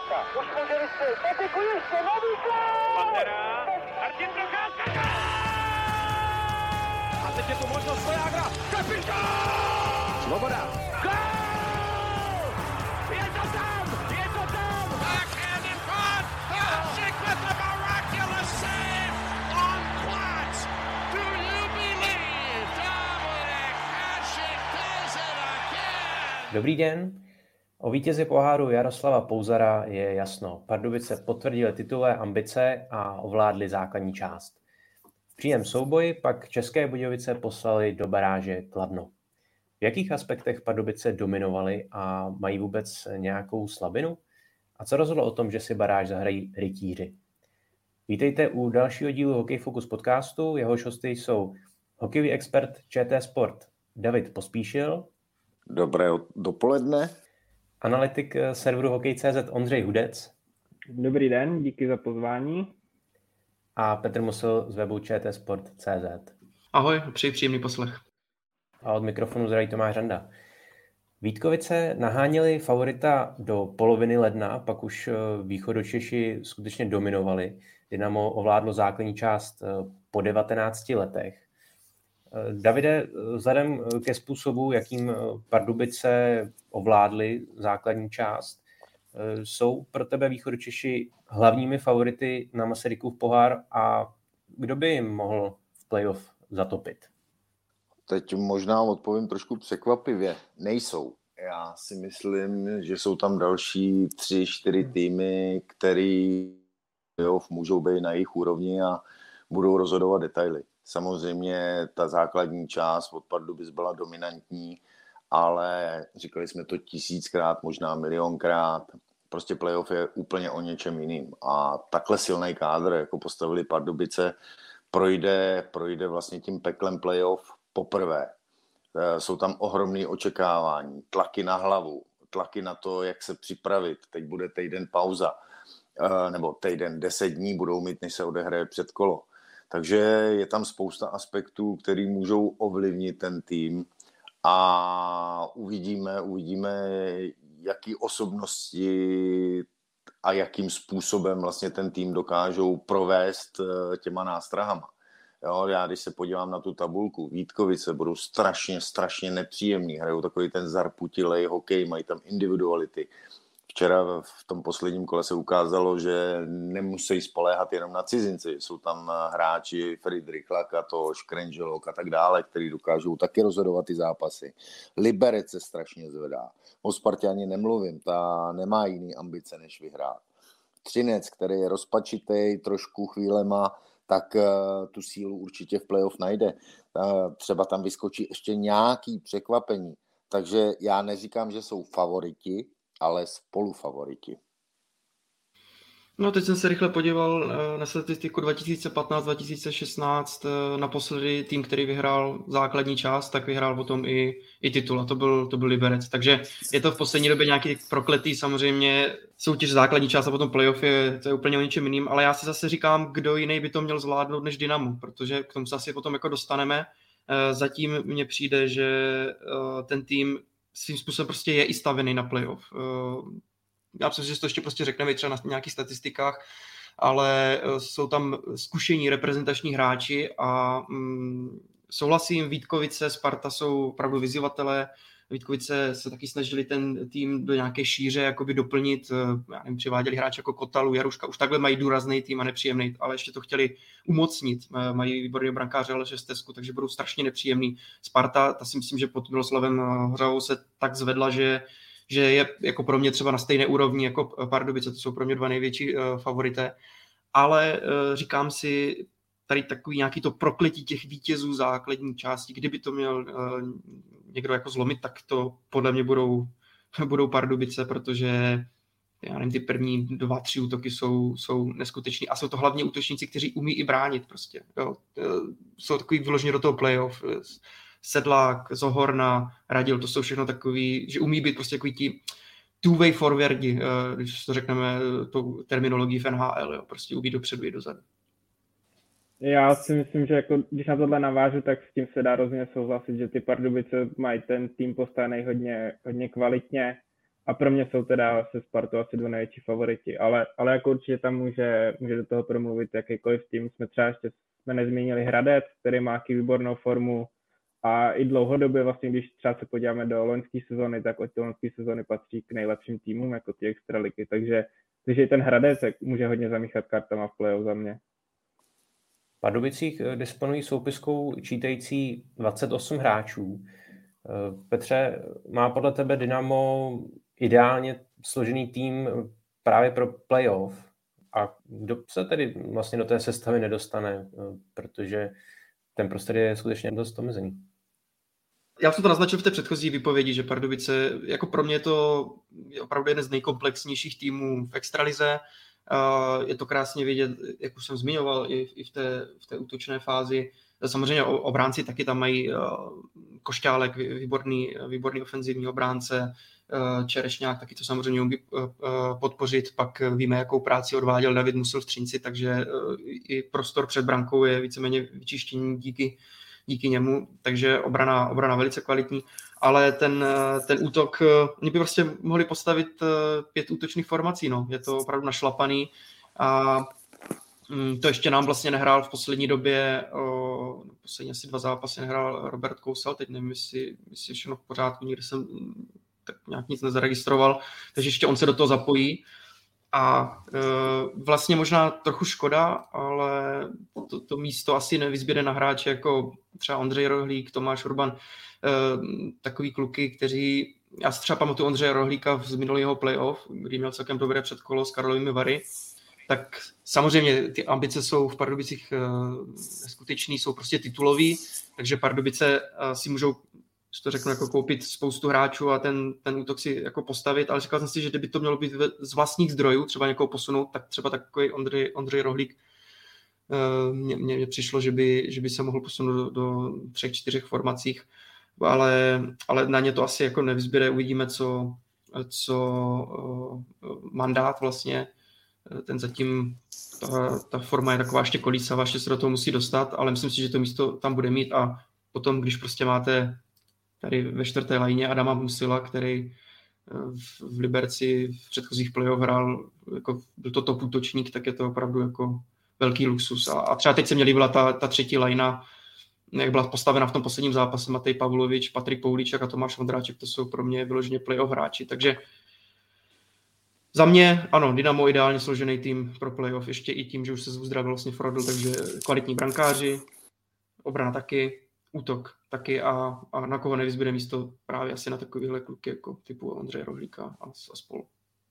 Už může vystřelit, Patiku ještě, nový gól! Pantera, Martin Procházka! A teď je tu možnost Svojágra, kapitán! Svoboda! Gól! Je to tam! Je to tam! Backhand in front! Hasek with the miraculous save on Platz! Do you believe Dominik Hasek does it again? Dobrý den. O vítězi poháru Jaroslava Pouzara je jasno. Pardubice potvrdili titulové ambice a ovládli základní část. V přímém souboji pak České Budějovice poslali do baráže Kladno. V jakých aspektech Pardubice dominovaly a mají vůbec nějakou slabinu? A co rozhodlo o tom, že si baráž zahrají rytíři? Vítejte u dalšího dílu Hokej Focus podcastu. Jehož hosty jsou hokejový expert ČT Sport David Pospíšil. Dobré dopoledne. Analytik serveru Hokej.cz Ondřej Hudec. Dobrý den, díky za pozvání. A Petr Musil z webu čtsport.cz. Ahoj, přeji příjemný poslech. A od mikrofonu zdraví Tomáš Randa. Vítkovice naháněli favorita do poloviny ledna, pak už východočeši skutečně dominovali. Dynamo ovládlo základní část po 19 letech. Davide, vzhledem ke způsobu, jakým Pardubice ovládly základní část, jsou pro tebe východočeši hlavními favority na Masarykův pohár a kdo by jim mohl v playoff zatopit? Teď možná odpovím trošku překvapivě. Nejsou. Já si myslím, že jsou tam další 3-4 týmy, který playoff můžou být na jejich úrovni a budou rozhodovat detaily. Samozřejmě ta základní část od Pardubic byla dominantní, ale říkali jsme to 1000krát, možná milionkrát. Prostě playoff je úplně o něčem jiným. A takhle silný kádr, jako postavili Pardubice, projde vlastně tím peklem playoff poprvé. Jsou tam ohromné očekávání, tlaky na hlavu, tlaky na to, jak se připravit. Teď bude týden pauza, nebo týden 10 dní budou mít, než se odehraje předkolo. Takže je tam spousta aspektů, které můžou ovlivnit ten tým a uvidíme, jaký osobnosti a jakým způsobem vlastně ten tým dokážou provést těma nástrahama. Jo, já když se podívám na tu tabulku, Vítkovice budou strašně nepříjemný, hrajou takový ten zarputilej hokej, mají tam individuality. Včera v tom posledním kole se ukázalo, že nemusí spoléhat jenom na cizinci. Jsou tam hráči Friedrich Lakatos, Krenželok a tak dále, kteří dokážou taky rozhodovat ty zápasy. Liberec se strašně zvedá. O Spartě ani nemluvím, ta nemá jiný ambice, než vyhrát. Třinec, který je rozpačitej trošku chvílema, tak tu sílu určitě v playoff najde. Třeba tam vyskočí ještě nějaký překvapení. Takže já neříkám, že jsou favoriti, ale spolufavoriti. No, teď jsem se rychle podíval na statistiku 2015-2016. Naposledy tým, který vyhrál základní část, tak vyhrál potom i titul a to byl Liberec. Takže je to v poslední době nějaký prokletý samozřejmě soutěž základní část a potom playoff to je úplně o něčem jiným, ale já si zase říkám, kdo jiný by to měl zvládnout než Dynamo, protože k tomu se asi potom jako dostaneme. Zatím mně přijde, že ten tým svým způsobem prostě je i stavený na playoff. Já myslím, že to ještě prostě řekneme třeba na nějakých statistikách, ale jsou tam zkušení reprezentační hráči a souhlasím, Vítkovice, Sparta jsou opravdu vyzývatelé. Vítkovice se taky snažili ten tým do nějaké šíře jakoby doplnit, já nevím, přiváděli hráče jako Kotalu, Jaruška, už takhle mají důrazný tým a nepříjemný, ale ještě to chtěli umocnit. Mají výborný brankáře Aleše Stesku, takže budou strašně nepříjemný. Sparta, ta si myslím, že pod Miloslavem Hořavou se tak zvedla, že je jako pro mě třeba na stejné úrovni jako Pardubice, to jsou pro mě dva největší favorité. Ale říkám si, tady takový nějaký to prokletí těch vítězů základní části, kdyby to měl někdo jako zlomit, tak to podle mě budou Pardubice, protože já nevím, ty první 2-3 útoky jsou neskuteční a jsou to hlavně útočníci, kteří umí i bránit prostě. Jo. Jsou takový vyloženě do toho playoff. Sedlák, Zohorna, Radil, to jsou všechno takový, že umí být prostě takový ti two-way forwardi, když to řekneme tou terminologií v NHL, jo. Prostě umí dopředu i dozadu. Já si myslím, že jako, když na tohle navážu, tak s tím se dá rozhodně souhlasit, že ty Pardubice mají ten tým postavený hodně kvalitně A pro mě jsou teda se Spartou asi 2 největší favoriti, ale jako určitě tam může do toho promluvit jakýkoliv tým. Jsme nezmínili Hradec, který má taky výbornou formu a i dlouhodobě vlastně, když třeba se podíváme do loňské sezony, tak od loňské sezony patří k nejlepším týmům jako ty extraligy, takže i ten Hradec může hodně zamíchat kartama v playoff za mě. V Pardubicích disponují soupiskou čítající 28 hráčů. Petře, má podle tebe Dynamo ideálně složený tým právě pro playoff? A kdo se tedy vlastně do té sestavy nedostane, protože ten prostor je skutečně dost omezený? Já jsem to naznačil v té předchozí výpovědi, že Pardubice, jako pro mě to je opravdu jeden z nejkomplexnějších týmů v extralize. Je to krásně vidět, jak už jsem zmiňoval, i v té útočné fázi. Samozřejmě obránci taky tam mají Košťálek, výborný ofenzivní obránce, Čerešňák taky to samozřejmě umí podpořit, pak víme, jakou práci odváděl David Musil v Třinci, takže i prostor před brankou je víceméně vyčištění díky němu, takže obrana velice kvalitní, ale ten útok, oni by prostě mohli postavit 5 útočných formací, no. Je to opravdu našlapaný a to ještě nám vlastně nehrál v poslední době, poslední asi 2 zápasy nehrál Robert Kousal, teď nevím, jestli všechno v pořádku, nikdy jsem tak nějak nic nezaregistroval, takže ještě on se do toho zapojí a vlastně možná trochu škoda, ale to místo asi nevyzběde na hráče jako třeba Ondřej Rohlík, Tomáš Urban, takový kluky, kteří, já si třeba pamatuju Ondřeje Rohlíka z minulého playoff, kdy měl celkem dobré předkolo s Karlovými Vary, tak samozřejmě ty ambice jsou v Pardubicích skutečný, jsou prostě titulový, takže Pardubice si můžou, že to řeknu, jako koupit spoustu hráčů a ten útok si jako postavit, ale říkal jsem si, že kdyby to mělo být z vlastních zdrojů, třeba někoho posunout, tak třeba takový Ondřej Rohlík mně přišlo, že by se mohl posunout do 3-4 formacích, ale na ně to asi jako nevyzběre, uvidíme, co mandát vlastně, ten zatím, ta forma je taková ještě kolísavá, ještě se do toho musí dostat, ale myslím si, že to místo tam bude mít a potom, když prostě máte tady ve 4. lajně Adama Musila, který v Liberci v předchozích playoff hrál, jako byl to top útočník, tak je to opravdu jako velký luxus. A třeba teď se mě líbila ta 3. lajna, jak byla postavena v tom posledním zápase Matej Pavlovič, Patrik Poulíček a Tomáš Vondráček, to jsou pro mě vyloženě playoff hráči, takže za mě, ano, Dynamo ideálně složený tým pro playoff, ještě i tím, že už se uzdravil vlastně Frodl, takže kvalitní brankáři, obrana taky, útok taky a na koho nevyzbyde místo právě asi na takovýhle kluky jako typu Ondřeje Rohlíka a spolu.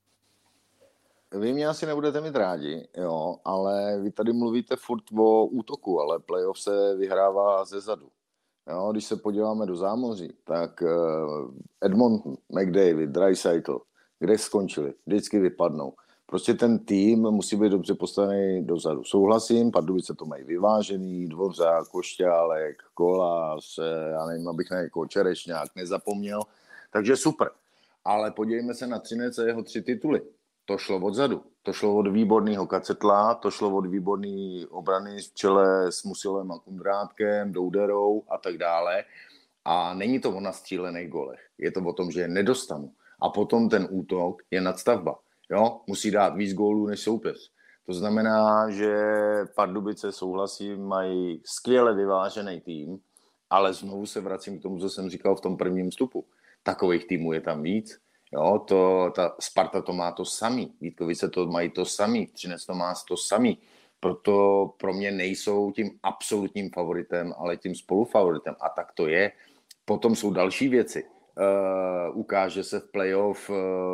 Vy mě asi nebudete mít rádi, jo, ale vy tady mluvíte furt o útoku, ale playoff se vyhrává ze zadu. Jo, když se podíváme do zámoří, tak Edmonton, McDavid, Draisaitl, kde skončili, vždycky vypadnou. Prostě ten tým musí být dobře postavený dozadu. Souhlasím, Pardubice to mají vyvážený, Dvořák, Košťálek, Kolář, já nevím, abych na někoho Čerešňák nezapomněl, takže super. Ale podívejme se na Třinec a jeho 3 tituly. To šlo odzadu, to šlo od výborného Kacetla, to šlo od výborné obrany v čele s Musilem a Kundrátkem, Douderou a tak dále. A není to o nastřílených golech, je to o tom, že je nedostanu. A potom ten útok je nadstavba. Jo? Musí dát víc gólů než soupeř. To znamená, že Pardubice, souhlasím, mají skvěle vyvážený tým, ale znovu se vracím k tomu, co jsem říkal v tom prvním vstupu. Takových týmů je tam víc. Jo? Ta Sparta to má to samý, Vítkovice to mají to samý, Třinec to má to samý. Proto pro mě nejsou tím absolutním favoritem, ale tím spolufavoritem. A tak to je. Potom jsou další věci. Ukáže se v playoff,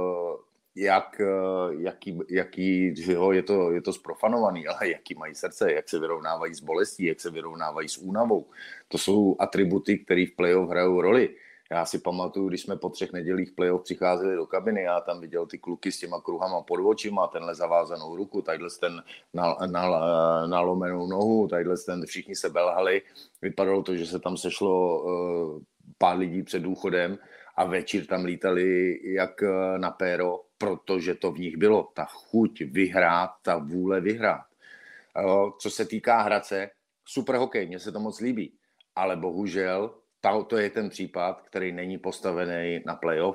jaký jo, je to zprofanovaný, ale jaký mají srdce, jak se vyrovnávají s bolestí, jak se vyrovnávají s únavou. To jsou atributy, které v playoff hrajou roli. Já si pamatuju, když jsme po 3 nedělích playoff přicházeli do kabiny, já tam viděl ty kluky s těma kruhama pod očima, tenhle zavázanou ruku, tadyhle ten nalomenou nohu, tadyhle ten, všichni se belhali. Vypadalo to, že se tam sešlo pár lidí před důchodem a večer tam lítali jak na péro, protože to v nich bylo. Ta chuť vyhrát, ta vůle vyhrát. Co se týká Hradce, super hokej, mně se to moc líbí, ale bohužel to je ten případ, který není postavený na playoff.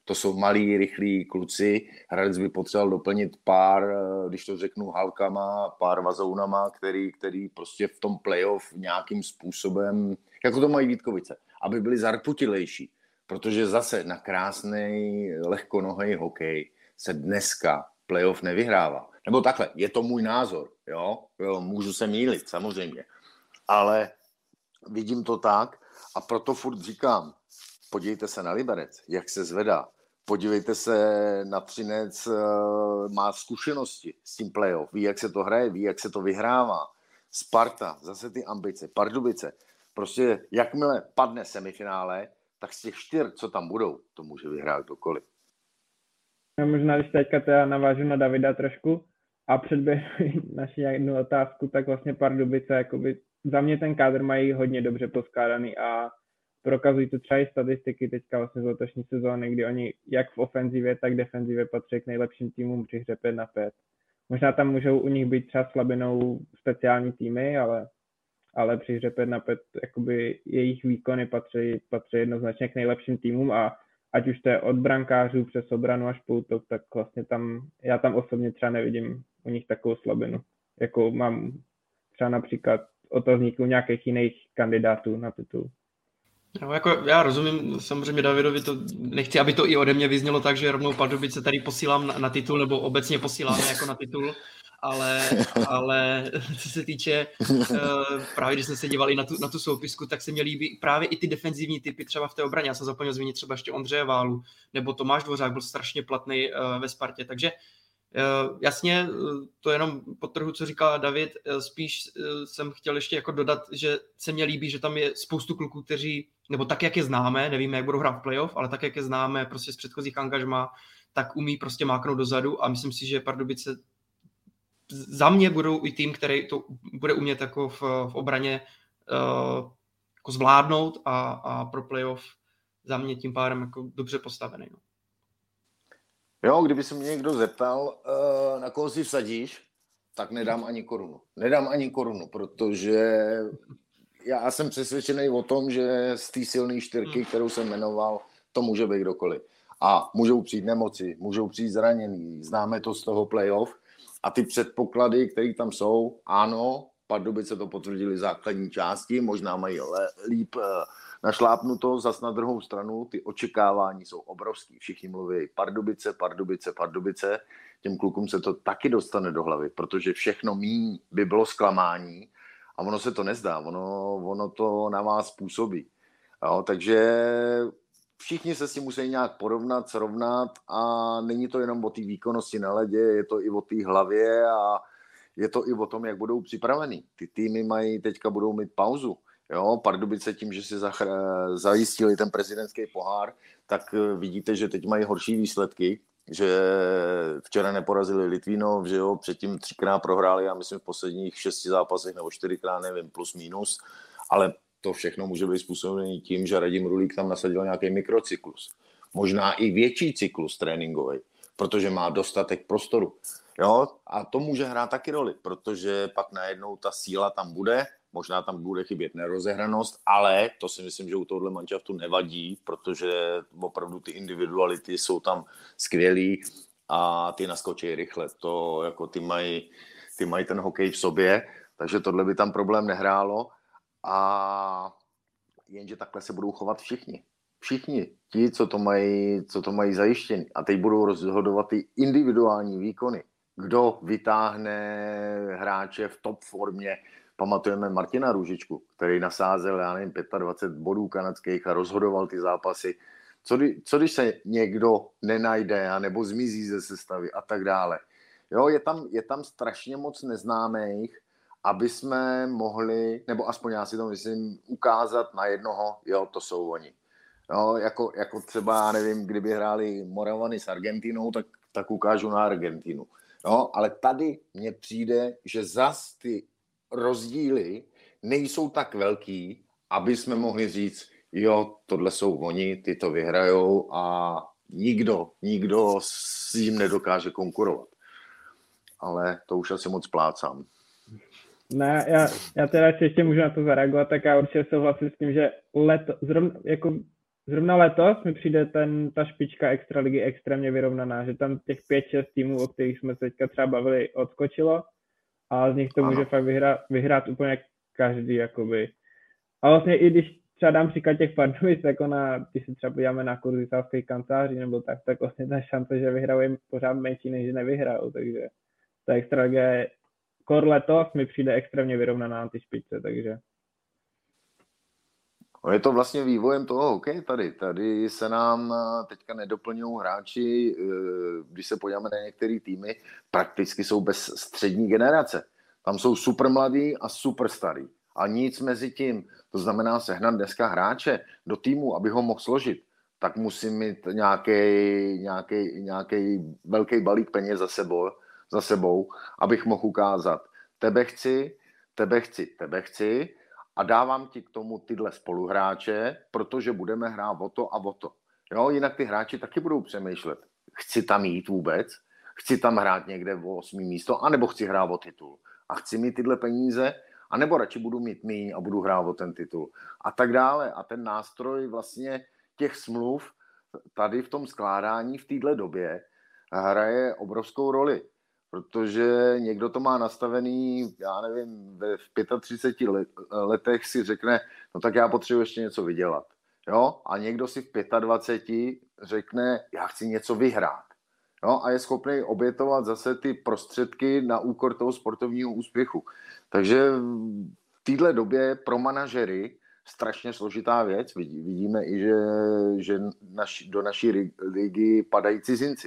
To jsou malí, rychlí kluci. Hradec by potřeboval doplnit pár, když to řeknu, halkama, pár vazounama, který prostě v tom playoff nějakým způsobem, jako to mají Vítkovice, aby byli zarputilejší. Protože zase na krásný, lehkonohej hokej se dneska playoff nevyhrává. Nebo takhle, je to můj názor, jo? Můžu se mýlit, samozřejmě. Ale vidím to tak a proto furt říkám, podívejte se na Liberec, jak se zvedá. Podívejte se na Třinec, má zkušenosti s tím playoff, ví, jak se to hraje, ví, jak se to vyhrává. Sparta, zase ty ambice, Pardubice. Prostě jakmile padne semifinále, tak z těch 4, co tam budou, to může vyhrát kdokoliv. Já možná, když teďka teda navážu na Davida trošku a předběhnu naši jednu otázku, tak vlastně Pardubice, jakoby za mě ten kádr mají hodně dobře poskládaný a prokazují to třeba i statistiky teďka vlastně z letošní sezóny, kdy oni jak v ofenzivě, tak defenzivě patří k nejlepším týmům při hře 5-5. Možná tam můžou u nich být třeba slabinou speciální týmy, ale při hře 5-5 jakoby jejich výkony patří jednoznačně k nejlepším týmům a ať už to je od brankářů přes obranu až po útok, tak vlastně já tam osobně třeba nevidím u nich takovou slabinu, jako mám třeba například otazníků nějakých jiných kandidátů na titul. No, jako já rozumím samozřejmě Davidovi, to nechci, aby to i ode mě vyznělo tak, že rovnou Pardubice tady posílám na titul, nebo obecně posíláme jako na titul, ale co se týče, právě když jsme se dívali na tu soupisku, tak se mě líbí právě i ty defenzivní typy třeba v té obraně. Já jsem zapomněl zmínit třeba ještě Ondřeje Válu, nebo Tomáš Dvořák byl strašně platný ve Spartě, takže jasně, to jenom podtrhu, co říkal David, spíš jsem chtěl ještě jako dodat, že se mně líbí, že tam je spoustu kluků, kteří, nebo tak, jak je známe, nevíme, jak budou hrát v playoff, ale tak, jak je známe prostě z předchozích angažmá, tak umí prostě máknout dozadu a myslím si, že Pardubice za mě budou i tým, který to bude umět jako v obraně jako zvládnout a pro playoff za mě tím pádem jako dobře postavený. No. Jo, kdyby se mě někdo zeptal, na koho si vsadíš, tak nedám ani korunu. Protože já jsem přesvědčený o tom, že z té silné 4, kterou jsem jmenoval, to může být kdokoliv. A můžou přijít nemoci, můžou přijít zranění, známe to z toho playoff. A ty předpoklady, které tam jsou, ano, Pardubice to potvrdili v základní části, možná mají líp našlápnuto, zas na druhou stranu ty očekávání jsou obrovský. Všichni mluví Pardubice. Těm klukům se to taky dostane do hlavy, protože všechno míň by bylo zklamání a ono se to nezdá, ono to na vás působí. Jo, takže všichni se s tím musí nějak porovnat, srovnat a není to jenom o té výkonnosti na ledě, je to i o té hlavě a je to i o tom, jak budou připravený. Ty týmy teďka budou mít pauzu. Jo, Pardubice tím, že si zajistili ten prezidentský pohár, tak vidíte, že teď mají horší výsledky, že včera neporazili Litvínov, že jo, předtím 3krát prohráli, já myslím v posledních 6 zápasech nebo 4krát, nevím, plus minus, ale to všechno může být způsobené tím, že Radim Rulík tam nasadil nějaký mikrocyklus. Možná i větší cyklus tréninkový, protože má dostatek prostoru. Jo? A to může hrát taky roli, protože pak najednou ta síla tam bude, možná tam bude chybět nerozehranost, ale to si myslím, že u tohohle manšaftu nevadí, protože opravdu ty individuality jsou tam skvělý a ty naskočí rychle. To jako ty mají ten hokej v sobě, takže tohle by tam problém nehrálo. A jenže takhle se budou chovat všichni ti, co to mají zajištěný. A teď budou rozhodovat ty individuální výkony. Kdo vytáhne hráče v top formě. Pamatujeme Martina Růžičku, který nasázel, 25 bodů kanadských a rozhodoval ty zápasy. Co když se někdo nenajde nebo zmizí ze sestavy a tak dále. Jo, je tam strašně moc neznámých, aby jsme mohli, nebo aspoň já si to myslím, ukázat na jednoho, jo, to jsou oni. Jo, jako třeba, já nevím, kdyby hráli Moravany s Argentinou, tak ukážu na Argentinu. Jo, ale tady mně přijde, že zas ty rozdíly nejsou tak velký, aby jsme mohli říct, jo, tohle jsou oni, ty to vyhrajou a nikdo s jim nedokáže konkurovat. Ale to už asi moc plácám. Já teda ještě můžu na to zareagovat, tak já určitě souhlasím s tím, že zrovna jako zrovna letos mi přijde ta špička extraligy extrémně vyrovnaná, že tam těch 5-6 týmů, o kterých jsme se teďka třeba bavili, odskočilo a z nich to může fakt vyhrát úplně každý, jakoby. A vlastně i když třeba dám příklad těch Pardubic, jako když se třeba podíváme na kurzy italských kanceláří nebo tak vlastně ta šance, že vyhrajou je pořád menší, než že nevyhrajou, takže ta extraliga je letos mi přijde extrémně vyrovnaná na ty špičce, takže. No je to vlastně vývojem toho hokeje tady. Tady se nám teďka nedoplňují hráči, když se podíváme na některé týmy, prakticky jsou bez střední generace. Tam jsou super mladí a super starý. A nic mezi tím. To znamená sehnat dneska hráče do týmu, aby ho mohl složit, tak musím mít nějaký velký balík peněz za sebou, abych mohl ukázat tebe chci a dávám ti k tomu tyhle spoluhráče, protože budeme hrát o to a o to. Jo, jinak ty hráči taky budou přemýšlet. Chci tam jít vůbec? Chci tam hrát někde o 8. místo? Anebo chci hrát o titul? A chci mít tyhle peníze? A nebo radši budu mít míň a budu hrát o ten titul? A tak dále. A ten nástroj vlastně těch smluv tady v tom skládání v téhle době hraje obrovskou roli. Protože někdo to má nastavený, já nevím, v 35 letech si řekne, no tak já potřebuji ještě něco vydělat. Jo? A někdo si v 25 řekne, já chci něco vyhrát. Jo? A je schopný obětovat zase ty prostředky na úkor toho sportovního úspěchu. Takže v téhle době pro manažery strašně složitá věc. Vidíme i, že do naší ligy padají cizinci.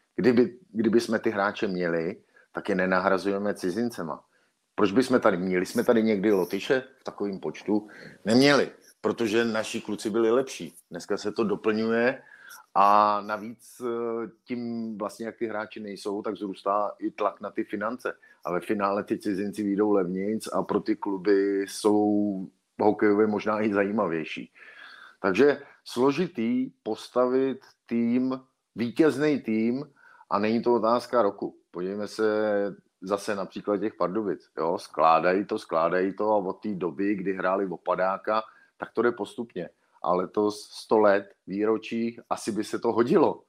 Kdyby jsme ty hráče měli, tak je nenahrazujeme cizincema. Proč bychom tady měli? Jsme tady někdy Lotyše v takovém počtu? Neměli, protože naši kluci byli lepší. Dneska se to doplňuje a navíc tím vlastně, jak ty hráči nejsou, tak zrůstá i tlak na ty finance. A ve finále ty cizinci vyjdou levnějc a pro ty kluby jsou hokejově možná i zajímavější. Takže složitý postavit tým, vítězný tým, a není to otázka roku. Podívejme se zase například těch Pardubic. Jo? Skládají to a od té doby, kdy hráli Opadáka, tak to jde postupně. Ale to 100 let výročí, asi by se to hodilo.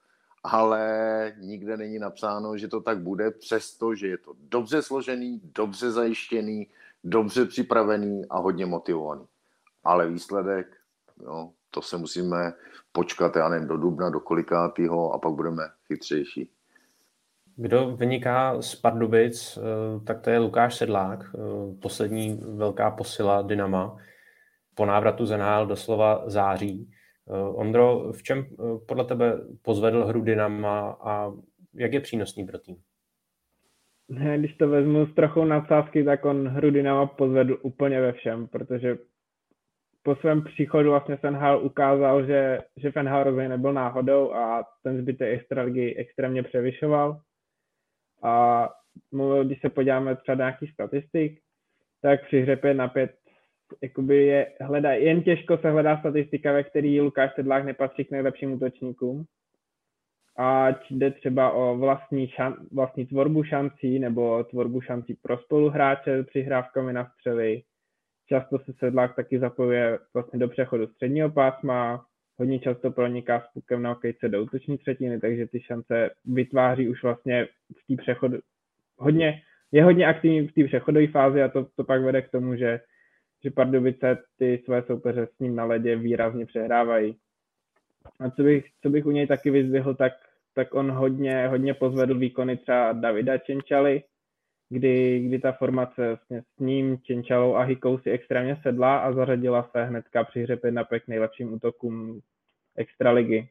Ale nikde není napsáno, že to tak bude, přestože je to dobře složený, dobře zajištěný, dobře připravený a hodně motivovaný. Ale výsledek, jo, to se musíme počkat, já nevím, do dubna, do kolikátýho a pak budeme chytřejší. Kdo vyniká z Pardubic, tak to je Lukáš Sedlák, poslední velká posila Dynama. Po návratu z NHL doslova září. Ondro, v čem podle tebe pozvedl hru Dynama a jak je přínosný pro tým? Když to vezmu s trochou nadsázky, tak on hru Dynama pozvedl úplně ve všem, protože po svém příchodu vlastně v NHL ukázal, že v NHL rozhodně nebyl náhodou a ten zbytek extraligy extrémně převyšoval. A když se podíváme třeba do nějakých statistik, tak při hře 5-5 jakoby jen těžko se hledá statistika, ve který Lukáš Sedlák nepatří k nejlepším útočníkům. Ať jde třeba o vlastní tvorbu šancí nebo tvorbu šancí pro spoluhráče přihrávkami na střely. Často se Sedlák taky zapojuje vlastně do přechodu středního pásma, hodně často proniká s pukem na hokejce do útoční třetiny, takže ty šance vytváří už vlastně v té přechodu. Je hodně aktivní v té přechodové fázi a to pak vede k tomu, že Pardubice ty své soupeře s ním na ledě výrazně přehrávají. A co bych u něj taky vyzdvihl, tak on hodně pozvedl výkony třeba Davida Čenčaly, kdy ta formace vlastně s ním, Čenčalou a Hikou si extrémně sedla a zařadila se hnedka při hře 5-5 k nejlepším útokům extraligy.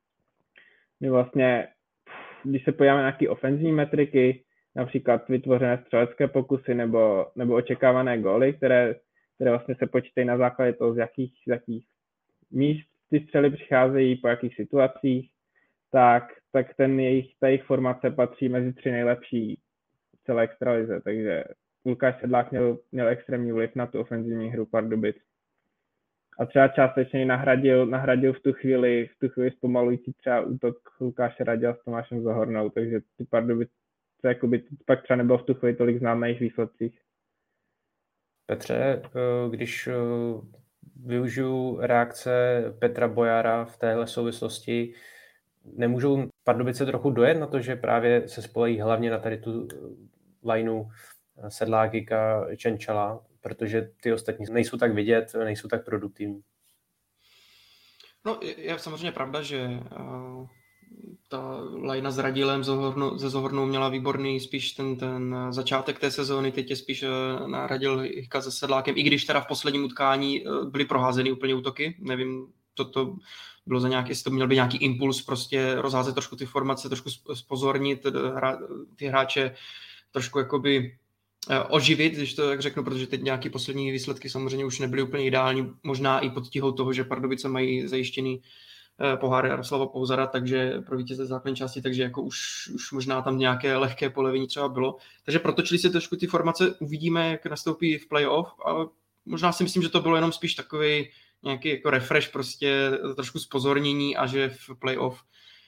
My vlastně, když se podíváme na nějaké ofenzivní metriky, například vytvořené střelecké pokusy nebo očekávané góly, které vlastně se počítají na základě toho, z jakých míst ty střely přicházejí, po jakých situacích, tak ta jejich formace patří mezi 3 nejlepší v celé extralize, takže Lukáš Sedlák měl extrémní vliv na tu ofenzivní hru Pardubic. A třeba částečně nahradil v tu chvíli zpomalující třeba útok Lukáše Raděla s Tomášem Zahornou, takže ty Pardubice jakoby pak třeba nebylo v tu chvíli tolik znám na jejich výsledcích. Petře, když využiju reakce Petra Bojara v téhle souvislosti. Nemůžou Pardubice trochu dojet na to, že právě se spolejí hlavně na tady tu lineu Sedlák, Hika, Čenčala, protože ty ostatní nejsou tak vidět, nejsou tak produktivní. No, je samozřejmě pravda, že ta lajna s Radilem ze Zohornou měla výborný spíš ten začátek té sezóny, teď je spíš Radil Hika se Sedlákem, i když teda v posledním utkání byly proházeny úplně útoky, nevím, co to bylo za nějaký, jestli to měl být nějaký impuls, prostě rozházet trošku ty formace, trošku zpozornit ty hráče, trošku jakoby oživit, když to tak řeknu, protože teď nějaké poslední výsledky samozřejmě už nebyly úplně ideální, možná i pod tíhou toho, že Pardubice mají zajištěný pohár Jaroslava Pouzara, takže pro vítěze základní části, takže jako už možná tam nějaké lehké polevení třeba bylo. Takže protočili se trošku ty formace, uvidíme, jak nastoupí v playoff, ale možná si myslím, že to bylo jenom spíš takový nějaký jako refresh, prostě trošku zpozornění a že v playoff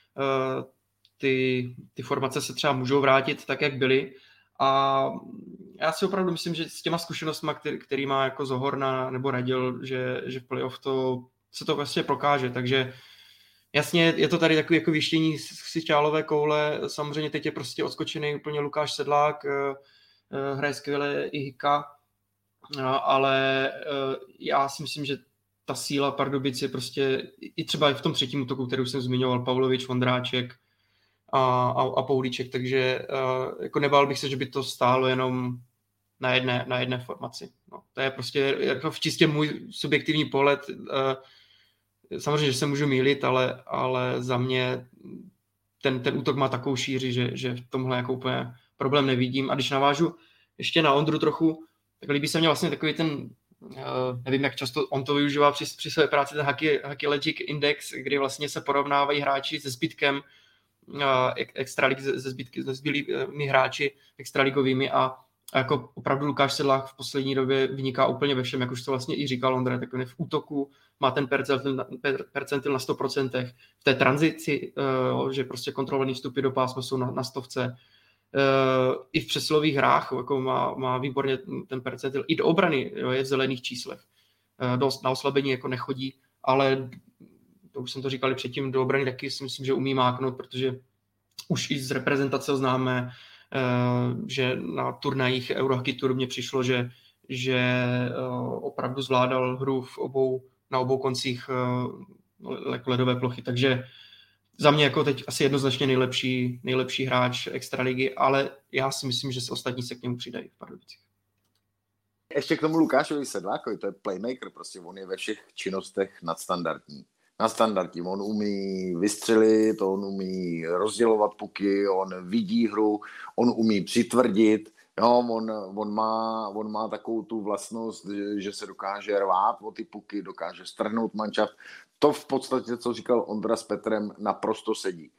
ty formace se třeba můžou vrátit tak, jak byly. A já si opravdu myslím, že s těma zkušenostmi, který má jako Zohorna nebo Radil, že v playoff se to vlastně prokáže, takže jasně, je to tady takový jako věštění z čálové koule, samozřejmě teď je prostě odskočený úplně Lukáš Sedlák, hraje skvěle i Hika, ale já si myslím, že ta síla Pardubic je prostě i třeba i v tom třetím útoku, který už jsem zmiňoval, Paulovič, Vondráček a Poulíček, takže jako nebál bych se, že by to stálo jenom na jedné formaci. No, to je prostě jako v čistě můj subjektivní pohled. Samozřejmě, že se můžu mýlit, ale za mě ten útok má takovou šíři, že v tomhle jako úplně problém nevidím. A když navážu ještě na Ondru trochu, tak líbí se mně vlastně takový ten, nevím, jak často on to využívá při své práci, ten Hockey Logic Index, kdy vlastně se porovnávají hráči se zbytkem extraligy, se zbylými hráči extraligovými a jako opravdu Lukáš Sedlák v poslední době vyniká úplně ve všem, jak už to vlastně i říkal Ondra, tak on je v útoku, má ten percentil na 100%, v té tranzici, že prostě kontrolovaný vstupy do pásma jsou na 100%, i v přesilových hrách jako má výborně ten percentil, i do obrany je v zelených číslech, na oslabení jako nechodí, ale to už jsem to říkal předtím, do obrany taky si myslím, že umí máknout, protože už i z reprezentace známe, že na turnajích Eurohockey Tour mně přišlo, že opravdu zvládal hru na obou koncích ledové plochy, takže za mě jako teď asi jednoznačně nejlepší hráč extraligy, ale já si myslím, že se ostatní se k němu přidají v Pardubicích. Ještě k tomu Lukášovi Sedlákovi, to je playmaker, prostě on je ve všech činnostech nadstandardní. On umí vystřelit, on umí rozdělovat puky, on vidí hru, on umí přitvrdit, jo, on má takovou tu vlastnost, že se dokáže rvát o ty puky, dokáže strhnout mančaft. To v podstatě, co říkal Ondra s Petrem, naprosto sedí.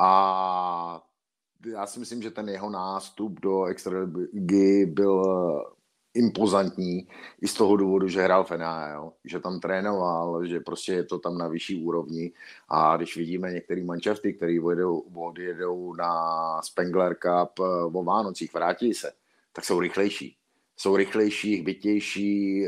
A já si myslím, že ten jeho nástup do extraligy byl impozantní i z toho důvodu, že hrál v NHL, že tam trénoval, že prostě je to tam na vyšší úrovni a když vidíme některé manšafty, které odjedou na Spengler Cup o Vánocích, vrátí se, tak jsou rychlejší, hbitější,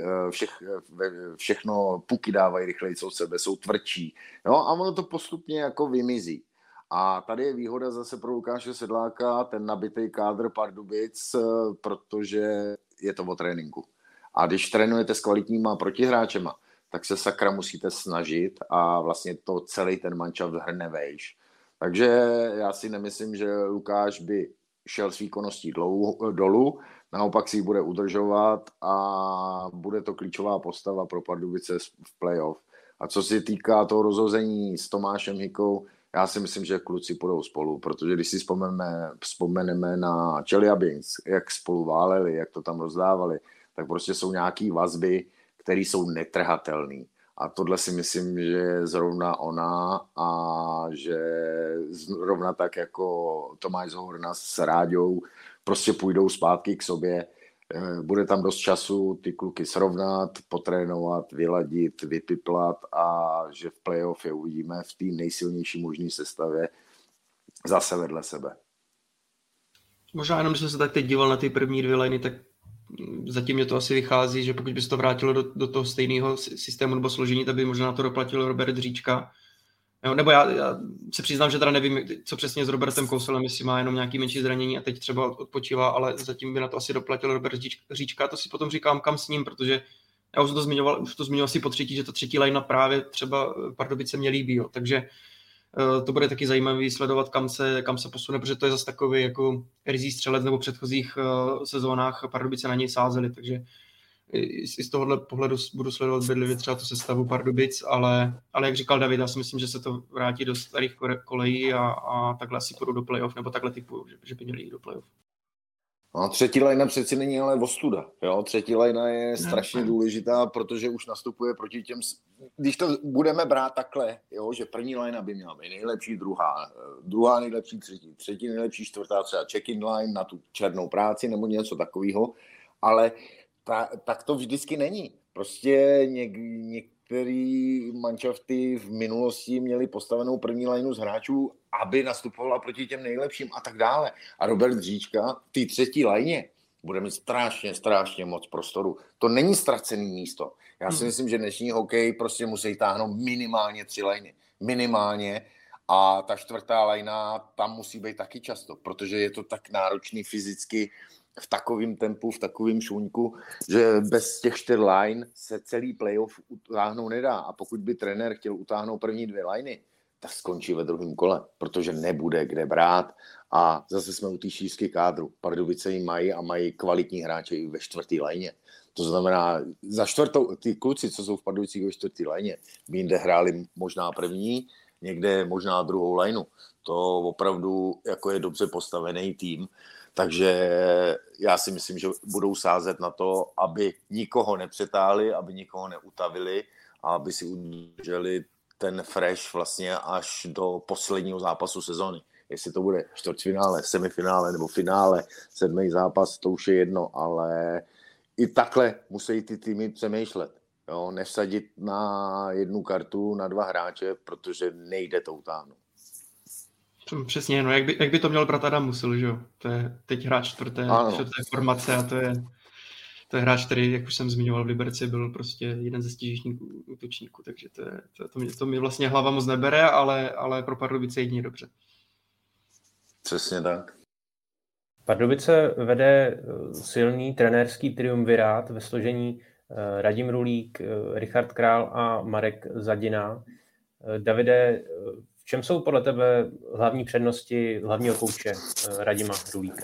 všechno puky dávají rychleji od sebe, jsou tvrdší, jo, a ono to postupně jako vymizí. A tady je výhoda zase pro Lukáše Sedláka, ten nabitý kádr Pardubic, protože je to o tréninku. A když trénujete s kvalitníma protihráčema, tak se sakra musíte snažit a vlastně to celý ten mančaft hrne vejš. Takže já si nemyslím, že Lukáš by šel s výkonností dolů, naopak si ji bude udržovat a bude to klíčová postava pro Pardubice v playoff. A co se týká toho rozhození s Tomášem Hikou, já si myslím, že kluci půjdou spolu, protože když si vzpomeneme na Chelyabinsk, jak spolu váleli, jak to tam rozdávali, tak prostě jsou nějaký vazby, které jsou netrhatelné. A tohle si myslím, že je zrovna ona a že zrovna tak jako Tomáš Zohorna s Ráďou prostě půjdou zpátky k sobě. Bude tam dost času ty kluky srovnat, potrénovat, vyladit, vypiplat a že v playoff je uvidíme v té nejsilnější možné sestavě zase vedle sebe. Možná jenom, když jsem se tak teď díval na ty první dvě liny, tak zatím mě to asi vychází, že pokud by se to vrátilo do toho stejného systému nebo složení, tak by možná to doplatil Robert Říčka. Jo, nebo já se přiznám, že teda nevím, co přesně s Robertem Kouselem, jestli má jenom nějaký menší zranění a teď třeba odpočívá, ale zatím by na to asi doplatil Robert Říčka. To si potom říkám, kam s ním, protože já už to zmiňoval asi po třetí, že ta třetí line line třeba Pardubice mě líbí, jo. Takže to bude taky zajímavý sledovat, kam se posune, protože to je zase takový jako ryzí střelec, nebo v předchozích sezónách Pardubice na něj sázeli, takže i z tohohle pohledu budu sledovat bedlivě třeba tu sestavu Pardubic, ale jak říkal David, já si myslím, že se to vrátí do starých kolejí a takhle asi půjdu do playoff, nebo takhle typu, že by měli jít do playoff. No, třetí lajna přeci není ale ostuda. Jo? Třetí lajna je strašně důležitá, protože už nastupuje proti těm... Když to budeme brát takhle, jo? Že první lajna by měla být nejlepší, druhá nejlepší, třetí nejlepší, čtvrtá třeba check-in line na tu černou práci nebo něco takového, ale tak to vždycky není. Prostě některé manšafty v minulosti měly postavenou první lajnu z hráčů, aby nastupovala proti těm nejlepším a tak dále. A Robert Říčka v té třetí lajně bude mít strašně moc prostoru. To není ztracený místo. Já si myslím, že dnešní hokej prostě musí táhnout minimálně 3 lajny. Minimálně. A ta čtvrtá lajna tam musí být taky často, protože je to tak náročný fyzicky v takovém tempu, v takovém šuňku, že bez těch 4 line se celý playoff utáhnout nedá. A pokud by trenér chtěl utáhnout první 2 liny, tak skončí ve druhém kole, protože nebude kde brát. A zase jsme u té šířky kádru. Pardubice ji mají a mají kvalitní hráče i ve 4. lajně. To znamená, za čtvrtou, ty kluci, co jsou v Pardubicích ve 4. lajně, by jinde hráli možná první, někde možná druhou lajnu. To opravdu jako je dobře postavený tým. Takže já si myslím, že budou sázet na to, aby nikoho nepřetáhli, aby nikoho neutavili a aby si udrželi ten fresh vlastně až do posledního zápasu sezóny. Jestli to bude čtvrtfinále, semifinále nebo finále, 7. zápas, to už je jedno, ale i takhle musí ty týmy přemýšlet. Jo? Nevsadit na jednu kartu, na 2 hráče, protože nejde to utáhnout. Přesně, no, jak by to měl brát Adam Musil, že jo? To je teď hráč čtvrté formace a to je hráč, který, jak už jsem zmiňoval v Liberci, byl prostě jeden ze stěžejních útočníků, takže to mi vlastně hlava moc nebere, ale pro Pardubice jedině dobře. Přesně tak. Pardubice vede silný trenérský triumvirát ve složení Radim Rulík, Richard Král a Marek Zadina. Davide, v čem jsou podle tebe hlavní přednosti hlavního kouče Radima Rulíka?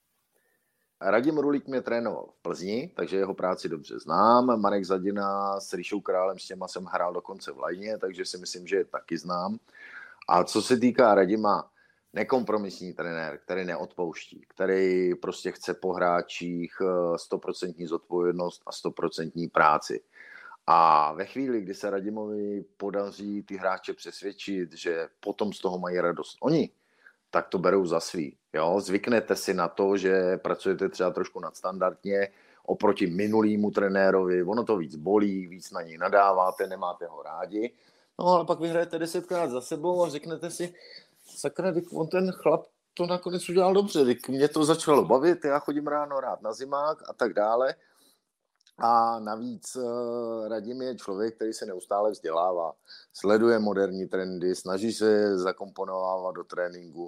Radim Rulík mě trénoval v Plzni, takže jeho práci dobře znám. Marek Zadina s Ríšou Králem, s těma jsem hrál dokonce v lajně, takže si myslím, že je taky znám. A co se týká Radima, nekompromisní trenér, který neodpouští, který prostě chce po hráčích 100% zodpovědnost a 100% práci. A ve chvíli, kdy se Radimovi podaří ty hráče přesvědčit, že potom z toho mají radost oni, tak to berou za svý. Jo? Zvyknete si na to, že pracujete třeba trošku nadstandardně oproti minulýmu trenérovi, ono to víc bolí, víc na něj nadáváte, nemáte ho rádi. No ale pak vyhrajete 10krát za sebou a řeknete si, sakra, on ten chlap to nakonec udělal dobře, mě to začalo bavit, já chodím ráno rád na zimák a tak dále. A navíc Radim je člověk, který se neustále vzdělává, sleduje moderní trendy, snaží se zakomponovávat do tréninku.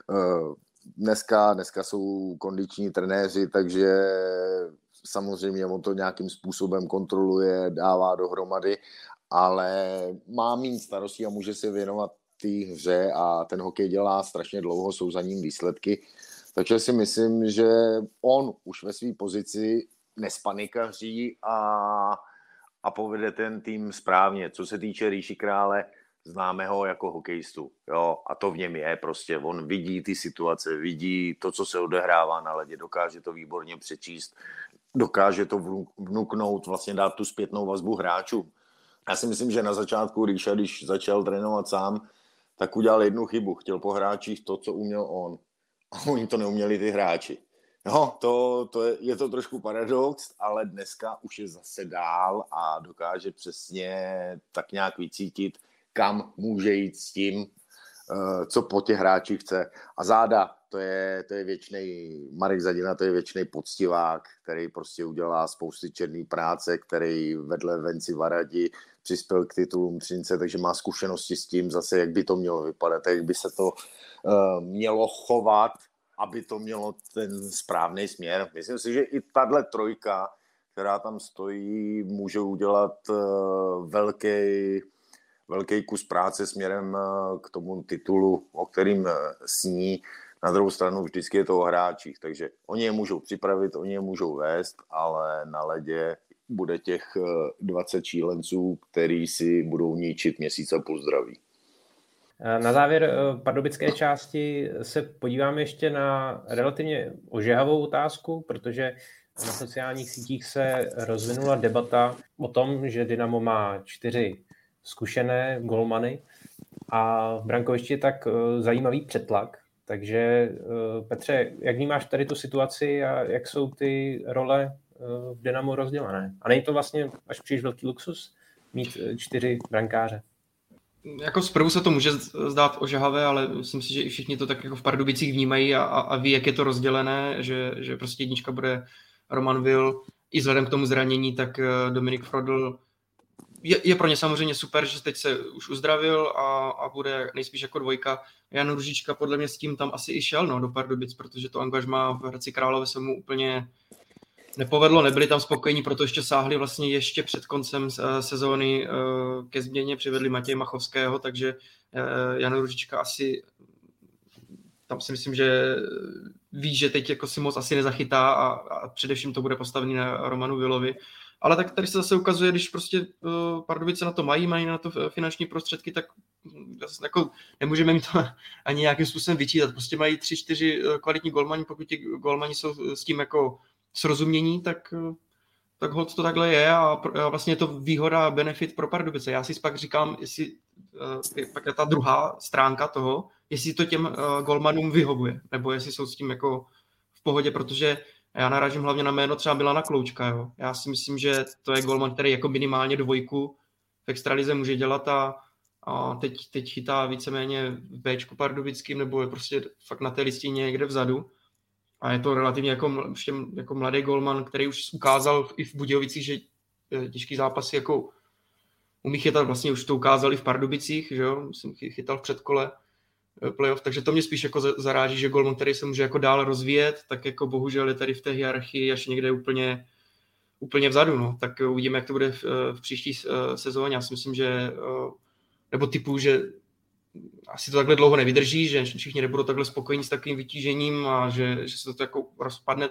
Dneska jsou kondiční trenéři, takže samozřejmě on to nějakým způsobem kontroluje, dává dohromady, ale má méně starostí a může se věnovat té hře a ten hokej dělá strašně dlouho, jsou za ním výsledky. Takže si myslím, že on už ve své pozici nespanikaří a povede ten tým správně. Co se týče Ríši Krále, známe ho jako hokejistu. Jo? A to v něm je prostě. On vidí ty situace, vidí to, co se odehrává na ledě, dokáže to výborně přečíst, dokáže to vnuknout, vlastně dát tu zpětnou vazbu hráčům. Já si myslím, že na začátku Ríša, když začal trénovat sám, tak udělal jednu chybu. Chtěl po hráčích to, co uměl on. A oni to neuměli ty hráči. No, je to trošku paradox, ale dneska už je zase dál a dokáže přesně tak nějak vycítit, kam může jít s tím, co po těch hráčích chce. A záda, to je věčnej, Marek Zadina, to je věčnej poctivák, který prostě udělá spousty černý práce, který vedle Venci Varadi přispěl k titulům Třince, takže má zkušenosti s tím zase, jak by to mělo vypadat, jak by se to mělo chovat, aby to mělo ten správný směr. Myslím si, že i tahle trojka, která tam stojí, může udělat velký kus práce směrem k tomu titulu, o kterým sní. Na druhou stranu vždycky je to o hráčích, takže oni je můžou připravit, oni je můžou vést, ale na ledě bude těch 20 šílenců, který si budou ničit měsíc a půl zdraví. Na závěr pardubické části se podíváme ještě na relativně ožehavou otázku, protože na sociálních sítích se rozvinula debata o tom, že Dynamo má 4 zkušené golmany a v brankovišti je tak zajímavý přetlak. Takže Petře, jak vnímáš tady tu situaci a jak jsou ty role v Dynamo rozdělené? A není to vlastně až příliš velký luxus mít 4 brankáře? Jako zprvu se to může zdát ožahavé, ale myslím si, že i všichni to tak jako v Pardubicích vnímají a ví, jak je to rozdělené, že prostě jednička bude Roman Will. I vzhledem k tomu zranění, tak Dominik Frodl je pro ně samozřejmě super, že teď se už uzdravil a bude nejspíš jako dvojka. Jan Růžička podle mě s tím tam asi i šel do Pardubic, protože to angažmá v Hradci Králové se mu úplně nepovedlo, nebyli tam spokojení, proto ještě sáhli vlastně ještě před koncem sezóny ke změně, přivedli Matěje Machovského, takže Jan Růžička asi tam si myslím, že ví, že teď jako si moc asi nezachytá a především to bude postavený na Romanu Willovi. Ale tak tady se zase ukazuje, když prostě Pardubice na to mají na to finanční prostředky, tak jako nemůžeme mi to ani nějakým způsobem vyčítat. Prostě mají 3-4 kvalitní golmani, pokud ti golmani jsou s tím jako srozumění, tak holt to takhle je a vlastně je to výhoda a benefit pro Pardubice. Já si pak říkám, jestli pak je ta druhá stránka toho, jestli to těm golmanům vyhovuje, nebo jestli jsou s tím jako v pohodě, protože já narážím hlavně na jméno třeba Milana Kloučka. Jo. Já si myslím, že to je golman, který jako minimálně dvojku v extralize může dělat a teď chytá víceméně v Bčku pardubickým, nebo je prostě fakt na té listině někde vzadu. A je to relativně jako mladý golman, který už ukázal i v Budějovicích, že těžký zápasy jako umí chytat, vlastně už to ukázali v Pardubicích, že jo, myslím, chytal v předkole playoff, takže to mě spíš jako zaráží, že golman, který se může jako dál rozvíjet, tak jako bohužel je tady v té hierarchii až někde úplně vzadu, no. Tak uvidíme, jak to bude v příští sezóně. Já si myslím, že nebo typu, že asi to takhle dlouho nevydrží, že všichni nebudou takhle spokojení s takovým vytížením a že se to jako rozpadne,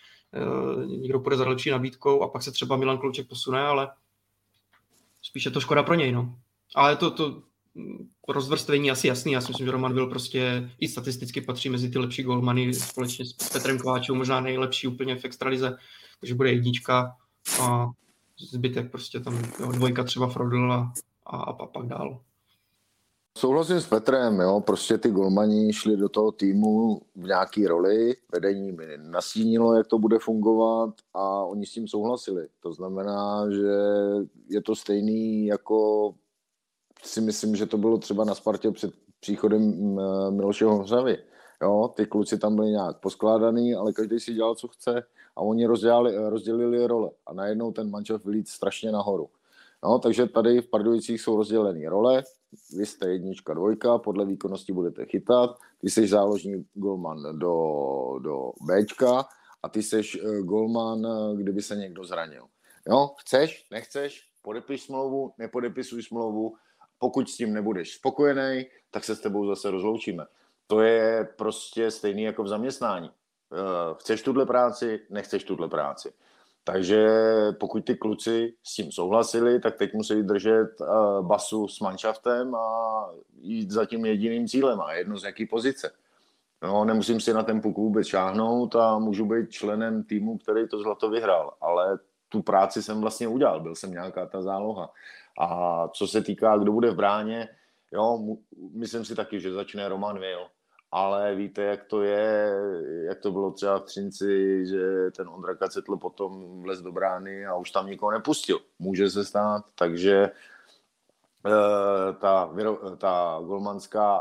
někdo půjde za další nabídkou a pak se třeba Milan Klouček posune, ale spíš je to škoda pro něj, no. Ale to rozvrstvení asi jasný. Já si myslím, že Roman Will prostě i statisticky patří mezi ty lepší golmany společně s Petrem Kováčou, možná nejlepší úplně v extralize, takže bude jednička a zbytek prostě tam dvojka třeba Frodl a pak dál. Souhlasím s Petrem, jo, prostě ty golmani šli do toho týmu v nějaký roli, vedení mi nastínilo, jak to bude fungovat a oni s tím souhlasili. To znamená, že je to stejný jako si myslím, že to bylo třeba na Spartě před příchodem Miloše Hořavy. Jo, ty kluci tam byli nějak poskládaný, ale každý si dělal, co chce a oni rozdělili role a najednou ten mančaft vylít strašně nahoru. No, takže tady v Pardubicích jsou rozdělené role, vy jste jednička, dvojka, podle výkonnosti budete chytat, ty jsi záložní golman do Bčka a ty jsi golman, kdyby se někdo zranil. Jo, chceš, nechceš, podepiš smlouvu, nepodepisuj smlouvu, pokud s tím nebudeš spokojený, tak se s tebou zase rozloučíme. To je prostě stejný jako v zaměstnání. Chceš tuhle práci, nechceš tuhle práci. Takže pokud ty kluci s tím souhlasili, tak teď musí držet basu s manšaftem a jít za tím jediným cílem a jedno z jaký pozice. No, nemusím si na ten puk vůbec šáhnout a můžu být členem týmu, který to zlato vyhrál, ale tu práci jsem vlastně udělal, byl jsem nějaká ta záloha. A co se týká, kdo bude v bráně, jo, myslím si taky, že začne Roman Will. Ale víte, jak to je, jak to bylo třeba v Třinci, že ten Ondra Kacetl potom vlez do brány a už tam nikoho nepustil. Může se stát, takže ta golmanská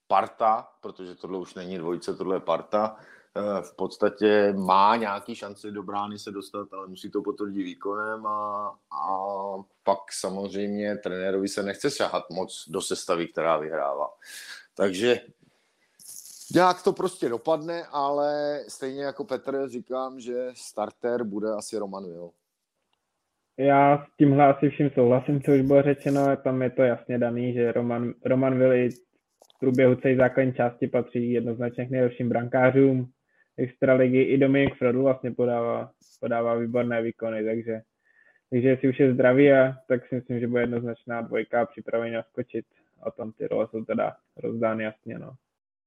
parta, protože tohle už není dvojice, tohle je parta, v podstatě má nějaký šanci do brány se dostat, ale musí to potvrdit výkonem a pak samozřejmě trenérovi se nechce šahat moc do sestavy, která vyhrává. Takže nějak to prostě dopadne, ale stejně jako Petr říkám, že starter bude asi Roman Will. Já s tímhle asi vším souhlasím, co už bylo řečeno, tam je to jasně daný, že Roman Will i v průběhu celé základní části patří jednoznačně k nejlepším brankářům extraligy. I Dominik Frodl vlastně podává výborné výkony, takže jestli už je zdravý, tak si myslím, že bude jednoznačná dvojka připravený naskočit a tam ty role jsou teda rozdány jasně, no.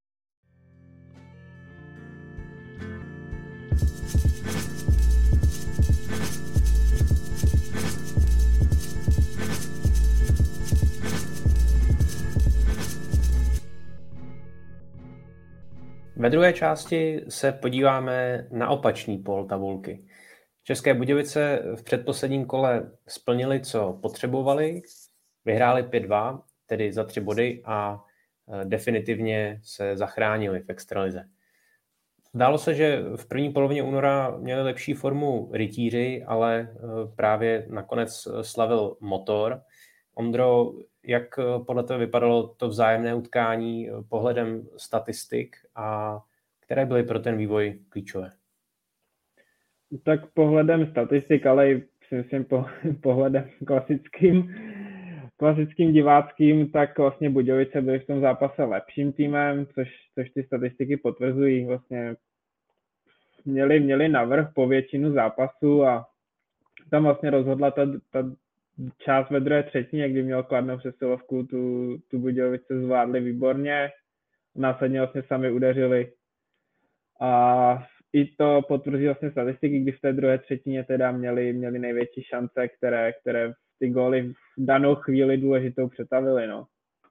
Ve druhé části se podíváme na opačný pól tabulky. České Budějovice v předposledním kole splnili, co potřebovali, vyhráli 5-2, tedy za 3 body a definitivně se zachránili v extralize. Zdálo se, že v první polovině února měli lepší formu rytíři, ale právě nakonec slavil Motor. Ondro, jak podle toho vypadalo to vzájemné utkání pohledem statistik a které byly pro ten vývoj klíčové? Tak pohledem statistik, ale i si myslím pohledem klasickým diváckým, tak vlastně Budějovice byly v tom zápase lepším týmem, což ty statistiky potvrzují. Vlastně měli navrch po většinu zápasu a tam vlastně rozhodla ta část ve druhé třetině, kdy měl Kladno přesilovku, tu Budějovice zvládli výborně, následně vlastně sami udeřili. A i to potvrzí vlastně statistiky, kdy v té druhé třetině teda měli největší šance, které ty góly v danou chvíli důležitou přetavily, no.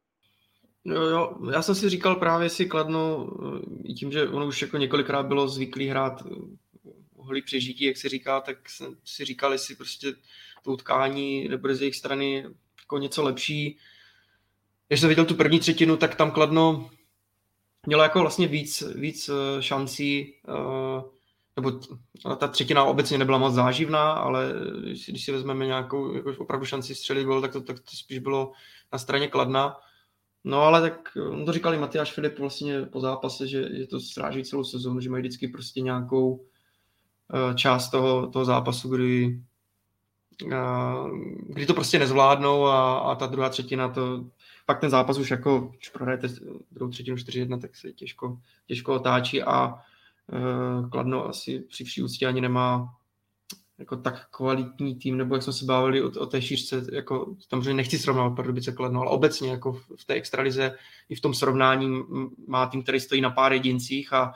Jo, já jsem si říkal právě si Kladno, tím, že ono už jako několikrát bylo zvyklý hrát holý přežití, jak se říká, tak jsem si říkal, jestli prostě to utkání nebude z jejich strany jako něco lepší. Když jsem viděl tu první třetinu, tak tam Kladno mělo jako vlastně víc šancí, nebo ta třetina obecně nebyla moc záživná, ale když si vezmeme nějakou jako opravdu šanci střelit gól, tak to spíš bylo na straně Kladna. No ale tak to říkal i Matyáš Filip vlastně po zápase, že to stráží celou sezónu, že mají vždycky prostě nějakou část toho zápasu, kdy to prostě nezvládnou a ta druhá třetina pak ten zápas už jako, když prohrajete druhou třetinu 4-1, tak se těžko otáčí a Kladno asi při vší úctě ani nemá jako tak kvalitní tým, nebo jak jsme se bavili o té šířce, jako samozřejmě nechci srovnávat Pardubice Kladno, ale obecně jako v té extralize i v tom srovnání má tým, který stojí na pár jedincích a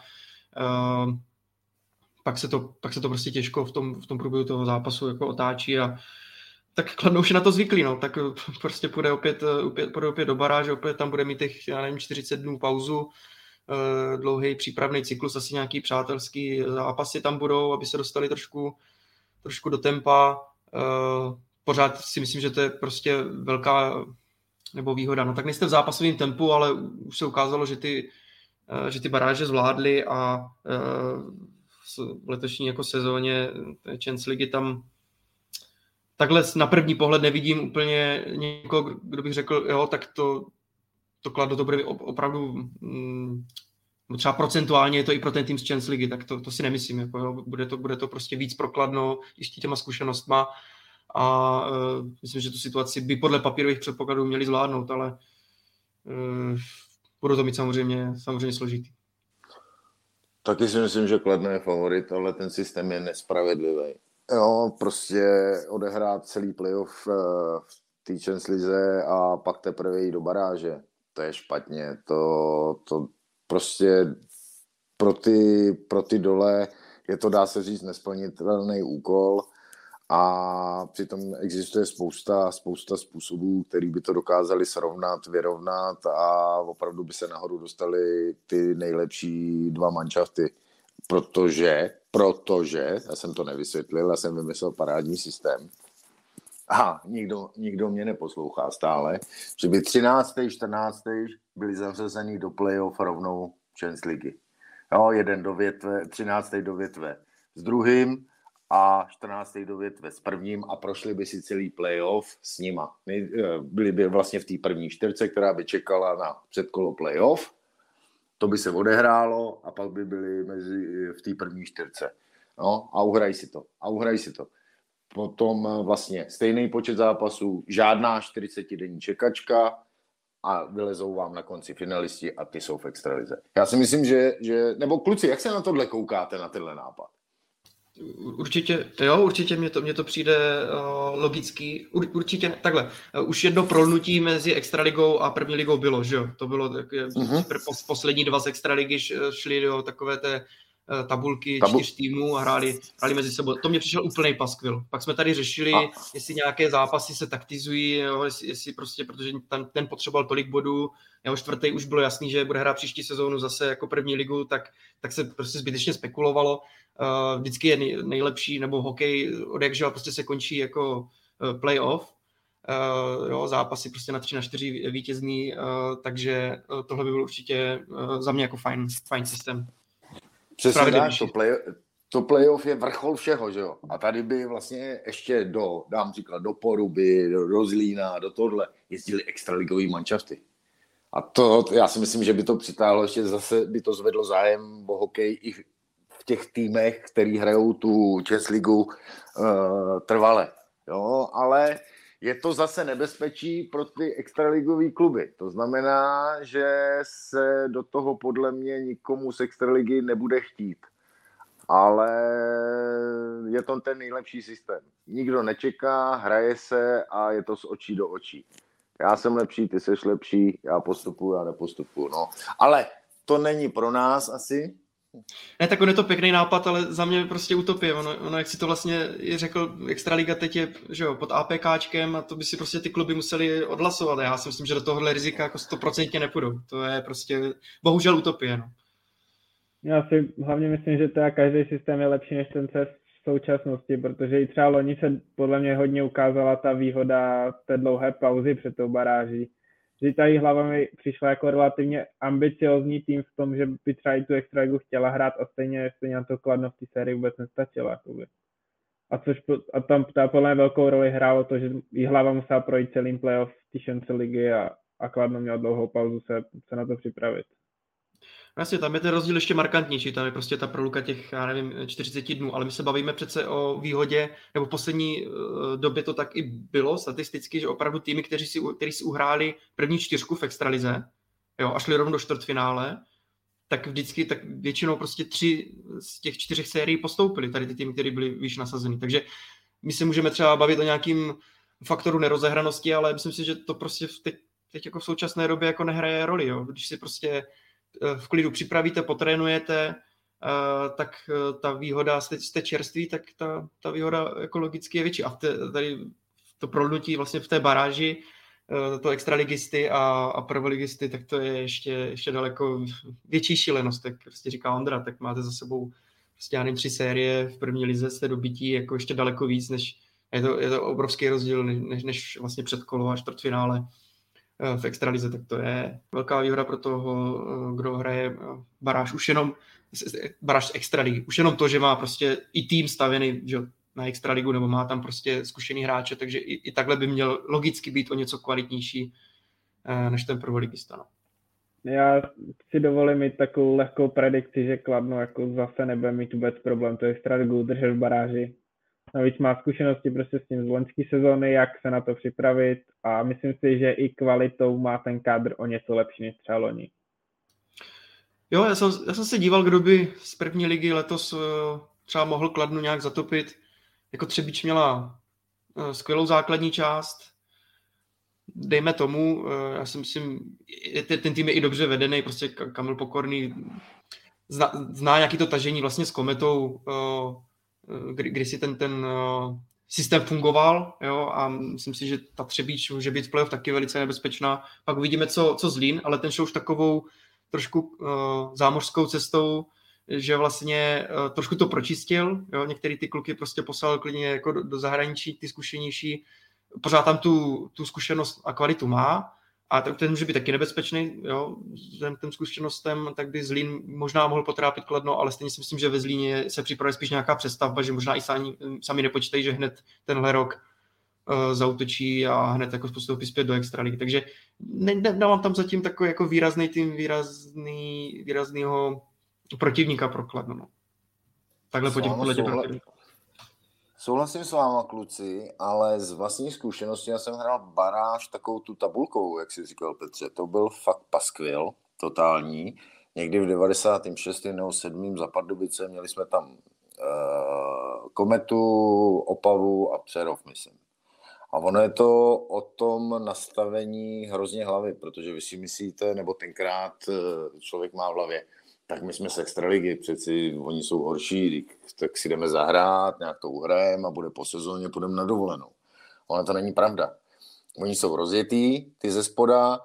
pak se to prostě těžko v tom průběhu toho zápasu jako otáčí a tak Kladno už je na to zvyklý, no, tak prostě půjde opět do baráže, opět tam bude mít těch, 40 dnů pauzu, dlouhý přípravný cyklus, asi nějaký přátelský zápasy tam budou, aby se dostali trošku do tempa. Pořád si myslím, že to je prostě velká nebo výhoda. No tak nejste v zápasovém tempu, ale už se ukázalo, že ty baráže zvládly a v letošní jako sezóně Champions League tam takhle na první pohled nevidím úplně někoho, kdo bych řekl, jo, tak to Kladno to bude opravdu třeba procentuálně je to i pro ten tým z Champions League, tak to si nemyslím, jako, jo, bude to prostě víc pro Kladno i s těma zkušenostma a myslím, že tu situaci by podle papírových předpokladů měli zvládnout, ale budou to mít samozřejmě složitý. Taky si myslím, že Kladno je favorit, ale ten systém je nespravedlivý. Jo, prostě odehrát celý playoff v té Champions League a pak teprve jít do baráže. To je špatně. To prostě pro ty dole je to, dá se říct, nesplnitelný úkol a přitom existuje spousta způsobů, který by to dokázali srovnat, vyrovnat a opravdu by se nahoru dostali ty nejlepší dva manšafty. Protože, já jsem to nevysvětlil, já jsem vymyslel parádní systém. nikdo mě neposlouchá stále, že by 13., 14. byli zařazení do playoff rovnou Champions League. Jo, 13. do větve s druhým a 14. do větve s prvním a prošli by si celý playoff s nima. Byli by vlastně v té první čtyřce, která by čekala na předkolo playoff. To by se odehrálo a pak by byli v té první čtyřce. No, a uhrají si to. Potom vlastně stejný počet zápasů, žádná 40denní čekačka a vylezou vám na konci finalisti a ty jsou v extralize. Já si myslím, že nebo kluci, jak se na tohle koukáte, na tenhle nápad? Určitě mě to přijde logický. Určitě takhle. Už jedno prolnutí mezi extraligou a první ligou bylo, že jo? To bylo poslední 2 z extraligy šli do takové té tabulky 4 týmů a hráli mezi sebou. To mě přišel úplnej paskvil. Pak jsme tady řešili, jestli nějaké zápasy se taktizují, jo, jestli prostě, protože ten potřeboval tolik bodů, jeho 4. už bylo jasný, že bude hrát příští sezónu zase jako první ligu, tak se prostě zbytečně spekulovalo. Vždycky je nejlepší, nebo hokej od jakživa prostě se končí jako playoff, zápasy prostě na 3-4 vítězný, takže tohle by bylo určitě za mě jako fajn systém. Přesně tak, to playoff je vrchol všeho, že jo? A tady by vlastně ještě do Poruby, do Zlína, do tohle jezdili extraligový manšafty. A to, já si myslím, že by to přitáhlo ještě zase, by to zvedlo zájem o hokej i v těch týmech, který hrajou tu Champions Ligu trvale. Jo? Ale je to zase nebezpečí pro ty extraligové kluby. To znamená, že se do toho podle mě nikomu z extraligy nebude chtít. Ale je to ten nejlepší systém. Nikdo nečeká, hraje se a je to z očí do očí. Já jsem lepší, ty seš lepší, já postupuju, já nepostupuju. No. Ale to není pro nás asi. Ne, tak on je to pěkný nápad, ale za mě prostě utopie. Ono jak si to vlastně řekl, extraliga teď je, že jo, pod APKčkem a to by si prostě ty kluby museli odhlasovat. Já si myslím, že do tohohle rizika jako 100% nepůjdou. To je prostě bohužel utopie. No. Já si hlavně myslím, že teda každý systém je lepší než ten v současnosti, protože i třeba loni se podle mě hodně ukázala ta výhoda té dlouhé pauzy před tou baráží. Že tady hlava mi přišla jako relativně ambiciozní tým v tom, že by třeba i tu extraligu chtěla hrát a stejně na to Kladno v té sérii vůbec nestačilo. Jakoby. A tam podle mě velkou roli hrálo to, že jí hlava musela projít celým playoff té šance ligy a Kladno měl dlouhou pauzu se na to připravit. Vlastně tam je ten rozdíl ještě markantnější, tam je prostě ta proluka těch, 40 dnů, ale my se bavíme přece o výhodě, nebo v poslední době to tak i bylo statisticky, že opravdu týmy, kteří si uhráli první 4 v extralize, jo, a šli rovnou do čtvrtfinále, tak většinou prostě 3 z těch 4 sérií postoupili, tady ty týmy, které byly výš nasazený. Takže my se můžeme třeba bavit o nějakým faktoru nerozehranosti, ale myslím si, že to prostě teď jako v současné době jako nehraje roli, jo. Když si prostě v klidu připravíte, potrénujete, tak ta výhoda, jste čerství, tak ta výhoda ekologicky je větší. A tady to prolnutí vlastně v té baráži, to extraligisty a prvoligisty, tak to je ještě daleko větší šílenost, tak prostě říká Ondra, tak máte za sebou prostě 3 série v první lize, jste dobytí jako ještě daleko víc, než je to obrovský rozdíl, než vlastně předkolo a čtvrtfinále v extralize, tak to je velká výhoda pro toho, kdo hraje baráž z extraligy. Už jenom to, že má prostě i tým stavěný, že na extraligu, nebo má tam prostě zkušený hráče, takže i takhle by měl logicky být o něco kvalitnější než ten prvoligista. No. Já si dovolím mít takovou lehkou predikci, že Kladno jako zase nebude mít vůbec problém tu extraligu udržet v baráži. Navíc má zkušenosti prostě s tím z loňské sezóny, jak se na to připravit a myslím si, že i kvalitou má ten kádr o něco lepší než třeba loni. Jo, já jsem se díval, kdo by z první ligy letos třeba mohl Kladnu nějak zatopit. Jako Třebíč měla skvělou základní část. Dejme tomu, já si myslím, ten tým je i dobře vedený, prostě Kamil Pokorný zná nějaký to tažení vlastně s Kometou, kdy si ten systém fungoval, jo, a myslím si, že ta Třebíč může být v playoff taky velice nebezpečná. Pak uvidíme, co Zlín, ale ten šel už takovou trošku zámořskou cestou, že vlastně trošku to pročistil, jo, některý ty kluky prostě poslal klidně jako do zahraničí, ty zkušenější, pořád tam tu zkušenost a kvalitu má, a ten může být taky nebezpečný, jo, vzhledem k těm zkušenostem, tak by Zlín možná mohl potrápit Kladno, ale stejně si myslím, že ve Zlíně se připravuje spíš nějaká přestavba, že možná i sami nepočítají, že hned tenhle rok zaútočí a hned jako postoupí zpět do extraligy. Takže nemám tam zatím takový jako výrazný tým, výraznýho protivníka pro Kladno. No. Takhle podle těch protivníků. Souhlasím s váma, kluci, ale z vlastní zkušenosti já jsem hrál baráž takovou tu tabulkou, jak jsi říkal, Petře. To byl fakt paskvil, totální. Někdy v 96. nebo 7. za Pardubice měli jsme tam Kometu, Opavu a Přerov, myslím. A ono je to o tom nastavení hrozně hlavy, protože vy si myslíte, nebo tenkrát člověk má v hlavě, tak my jsme z extraligy, přeci oni jsou horší, tak si jdeme zahrát, nějak to uhrajeme a bude po sezóně, půjdeme na dovolenou. Ono to není pravda. Oni jsou rozjetý, ty ze spoda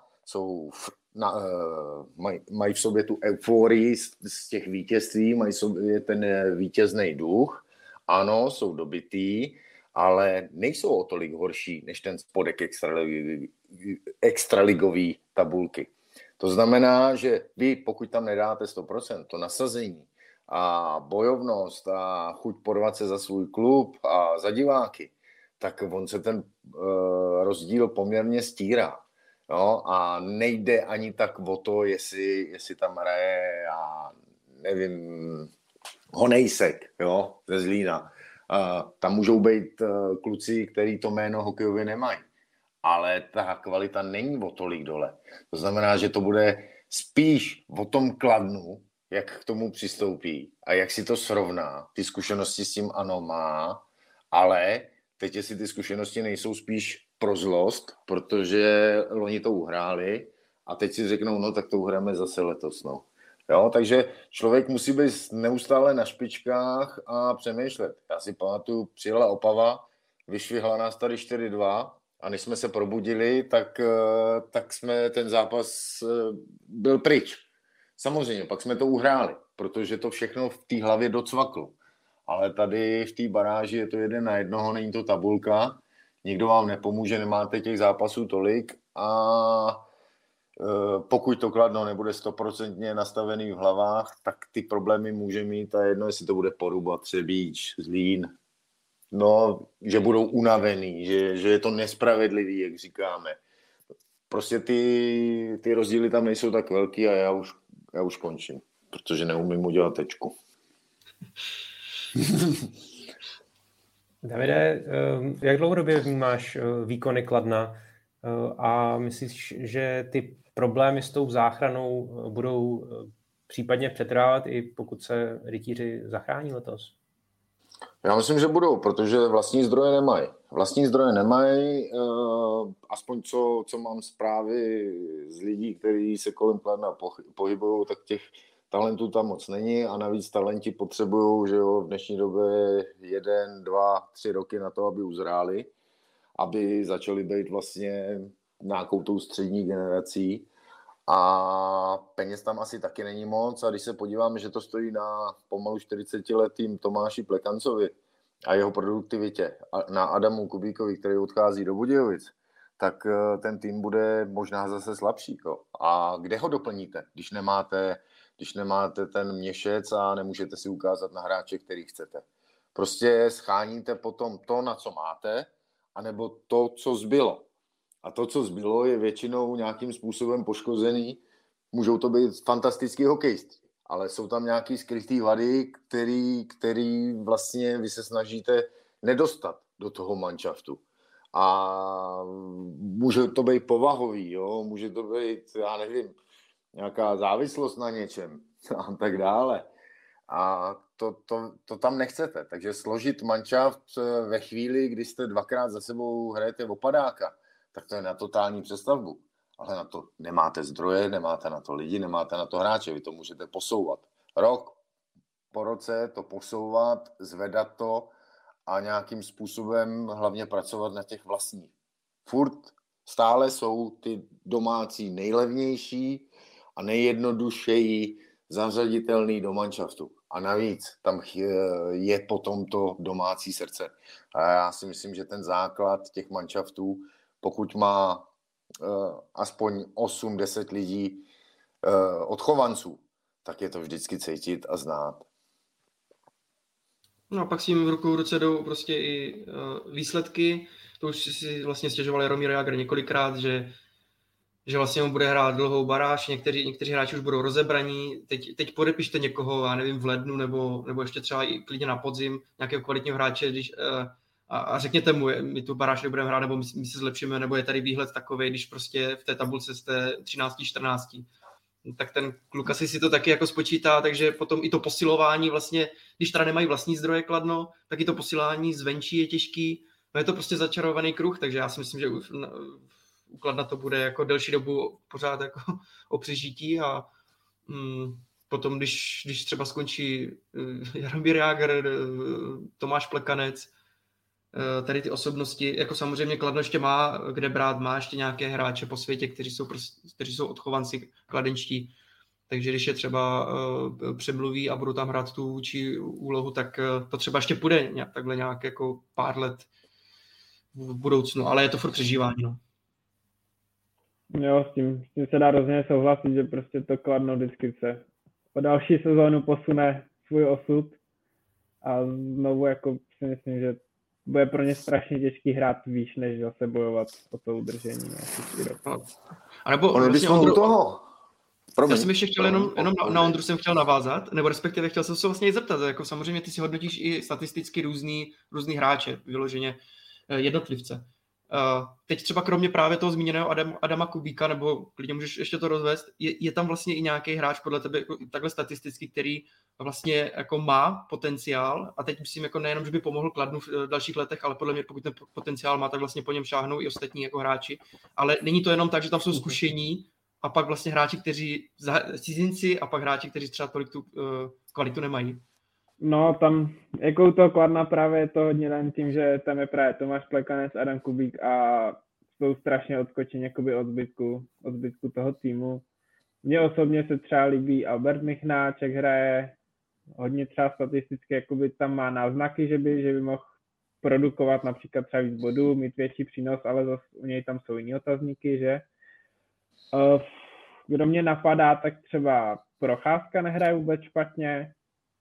mají v sobě tu euforii z těch vítězství, mají v sobě ten vítězný duch. Ano, jsou dobitý, ale nejsou o tolik horší než ten spodek extraligový tabulky. To znamená, že vy, pokud tam nedáte 100%, to nasazení a bojovnost a chuť porvat se za svůj klub a za diváky, tak on se ten rozdíl poměrně stírá. No, a nejde ani tak o to, jestli tam hraje, já nevím, Honejsek, jo, ze Zlína. Tam můžou být kluci, který to jméno hokejově nemají. Ale ta kvalita není o tolik dole. To znamená, že to bude spíš o tom Kladnu, jak k tomu přistoupí a jak si to srovná. Ty zkušenosti s tím ano má, ale teď jestli ty zkušenosti nejsou spíš pro zlost, protože loni to uhráli a teď si řeknou, no tak to uhráme zase letos. No. Jo, takže člověk musí být neustále na špičkách a přemýšlet. Já si pamatuju, přijela Opava, vyšvihla nás tady 4-2 a než jsme se probudili, tak jsme ten zápas byl pryč. Samozřejmě, pak jsme to uhráli, protože to všechno v té hlavě docvaklo. Ale tady v té baráži je to 1-1, není to tabulka, nikdo vám nepomůže, nemáte těch zápasů tolik a pokud to Kladno nebude 100% nastavený v hlavách, tak ty problémy může mít a jedno, jestli to bude Poruba, Třebíč, Zlín, no, že budou unavený, že je to nespravedlivý, jak říkáme. Prostě ty rozdíly tam nejsou tak velký a já už končím, protože neumím udělat tečku. Davide, jak dlouhodobě vnímáš výkony Kladna a myslíš, že ty problémy s tou záchranou budou případně přetrvávat, i pokud se rytíři zachrání letos? Já myslím, že budou, protože vlastní zdroje nemají. Vlastní zdroje nemají, aspoň co mám zprávy z lidí, kteří se kolem Kladna pohybují, tak těch talentů tam moc není a navíc talenti potřebují, že jo, v dnešní době 1, 2, 3 roky na to, aby uzráli, aby začali být vlastně nějakou tou střední generací. A peněz tam asi taky není moc a když se podíváme, že to stojí na pomalu 40letým Tomáši Plekancovi a jeho produktivitě a na Adamu Kubíkovi, který odchází do Budějovic, tak ten tým bude možná zase slabší. Jo. A kde ho doplníte, když nemáte ten měšec a nemůžete si ukázat na hráče, který chcete? Prostě scháníte potom to, na co máte, anebo to, co zbylo. A to, co zbylo, je většinou nějakým způsobem poškozený. Můžou to být fantastický hokejisti, ale jsou tam nějaký skrytý vady, který vlastně vy se snažíte nedostat do toho manšaftu. A může to být povahový, jo? Může to být, já nevím, nějaká závislost na něčem a tak dále. A to tam nechcete. Takže složit manšaft ve chvíli, kdy jste 2krát za sebou hrajete opadáka, tak to je na totální přestavbu. Ale na to nemáte zdroje, nemáte na to lidi, nemáte na to hráče. Vy to můžete posouvat. Rok po roce to posouvat, zvedat to a nějakým způsobem hlavně pracovat na těch vlastních. Furt stále jsou ty domácí nejlevnější a nejjednodušeji zařaditelný do manšaftu. A navíc tam je potom to domácí srdce. A já si myslím, že ten základ těch manšaftů, pokud má aspoň 8-10 lidí odchovanců, tak je to vždycky cítit a znát. No a pak s tím v ruku v ruce jdou prostě i výsledky. To už si vlastně stěžoval Jaromír Jágr několikrát, že vlastně mu bude hrát dlouhou baráž, někteří hráči už budou rozebraní. Teď podepište někoho, já nevím, v lednu nebo ještě třeba i klidně na podzim, nějakého kvalitního hráče, a řekněte mu, my tu baráž nebudeme hrát, nebo my se zlepšíme, nebo je tady výhled takovej, když prostě v té tabulce jste 13-14. Tak ten kluk asi si to taky jako spočítá, takže potom i to posilování vlastně, když teda nemají vlastní zdroje Kladno, tak i to posilování zvenčí je těžký. No je to prostě začarovaný kruh, takže já si myslím, že u Kladna to bude jako delší dobu pořád jako o přežití a potom, když třeba skončí Jaromír Jágr, Tomáš Plekanec, tady ty osobnosti, jako samozřejmě Kladno ještě má kde brát, má ještě nějaké hráče po světě, kteří jsou odchovanci kladenčtí, takže když je třeba přemluví a budou tam hrát tu vůči úlohu, tak to třeba ještě půjde takhle nějak jako pár let v budoucnu, ale je to furt přežívání. No. Jo, s tím se dá rozhodně souhlasit, že prostě to Kladno vždycky se o další sezónu posune svůj osud a znovu jako si myslím, že bude pro ně strašně těžký hrát výš, než zase bojovat o to udržení. A nebo vlastně toho. Já jsem ještě chtěl jenom na Ondru jsem chtěl navázat, nebo respektive chtěl jsem se vlastně i zeptat, jako samozřejmě ty si hodnotíš i statisticky různý hráče, vyloženě jednotlivce. Teď třeba kromě právě toho zmíněného Adama Kubíka, nebo klidně můžeš ještě to rozvést, je tam vlastně i nějaký hráč podle tebe jako takhle statisticky, který vlastně jako má potenciál a teď myslím jako nejenom, že by pomohl Kladnu v dalších letech, ale podle mě pokud ten potenciál má, tak vlastně po něm šáhnou i ostatní jako hráči, ale není to jenom tak, že tam jsou zkušení a pak vlastně hráči, kteří cizinci a pak hráči, kteří třeba tolik tu kvalitu nemají. No, tam jako u toho Kladna právě je to hodně dan tím, že tam je právě Tomáš Plekanec, Adam Kubík a jsou strašně odskočení jakoby od zbytku toho týmu. Mně osobně se třeba líbí Albert Michnáček, hraje hodně třeba statisticky, jakoby tam má náznaky, že by mohl produkovat například třeba víc bodů, mít větší přínos, ale zase u něj tam jsou jiný otazníky, že? Kdo mě napadá, tak třeba Procházka nehraje vůbec špatně,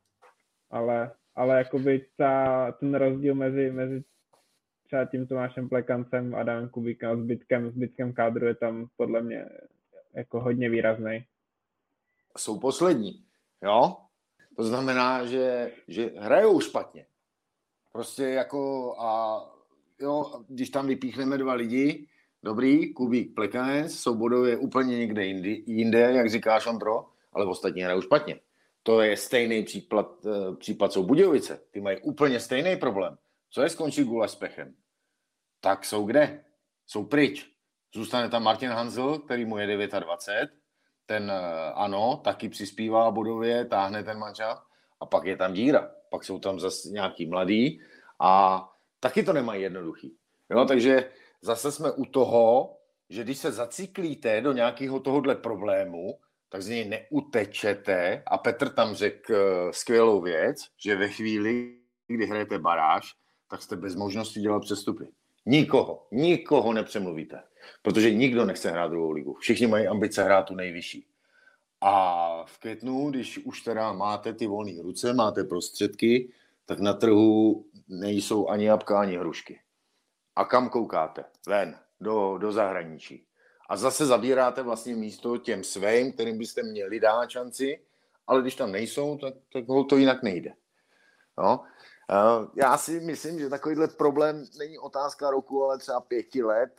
ale jakoby ten rozdíl mezi třeba tím Tomášem Plekancem, Adamem Kubíkem a zbytkem kádru je tam podle mě jako hodně výrazný. Jsou poslední, jo? To znamená, že hrajou špatně. Prostě jako jo, když tam vypíchneme 2 lidi, dobrý, Kubík, Plekanec, Svobodov je úplně někde jinde, jak říkáš, Ondro, ale ostatní hrajou špatně. To je stejný případ jsou Budějovice. Ty mají úplně stejný problém. Co je skončí Gulaš s Pechem? Tak jsou kde? Jsou pryč. Zůstane tam Martin Hanzl, který mu je 29. Ten ano, taky přispívá bodově, táhne ten manča. A pak je tam díra. Pak jsou tam zase nějaký mladí a taky to nemají jednoduchý. Jo, takže zase jsme u toho, že když se zacyklíte do nějakého tohohle problému, tak z něj neutečete a Petr tam řekl skvělou věc, že ve chvíli, kdy hrajete baráž, tak jste bez možnosti dělat přestupy. Nikoho nepřemluvíte, protože nikdo nechce hrát druhou ligu. Všichni mají ambice hrát tu nejvyšší. A v květnu, když už teda máte ty volné ruce, máte prostředky, tak na trhu nejsou ani jabka, ani hrušky. A kam koukáte? Ven, do zahraničí. A zase zabíráte vlastně místo těm svým, kterým byste měli dát šanci, ale když tam nejsou, tak to jinak nejde. No. Já si myslím, že takovýhle problém není otázka roku, ale třeba 5 let,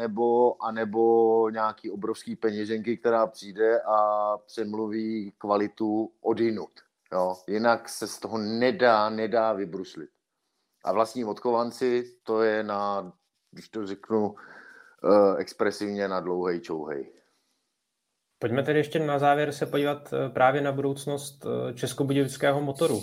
anebo nějaký obrovský peněženky, která přijde a přemluví kvalitu odinut. Jo. Jinak se z toho nedá vybruslit. A vlastní odchovanci, to je když to řeknu expresivně, na dlouhej čouhej. Pojďme tedy ještě na závěr se podívat právě na budoucnost českobudějovického Motoru.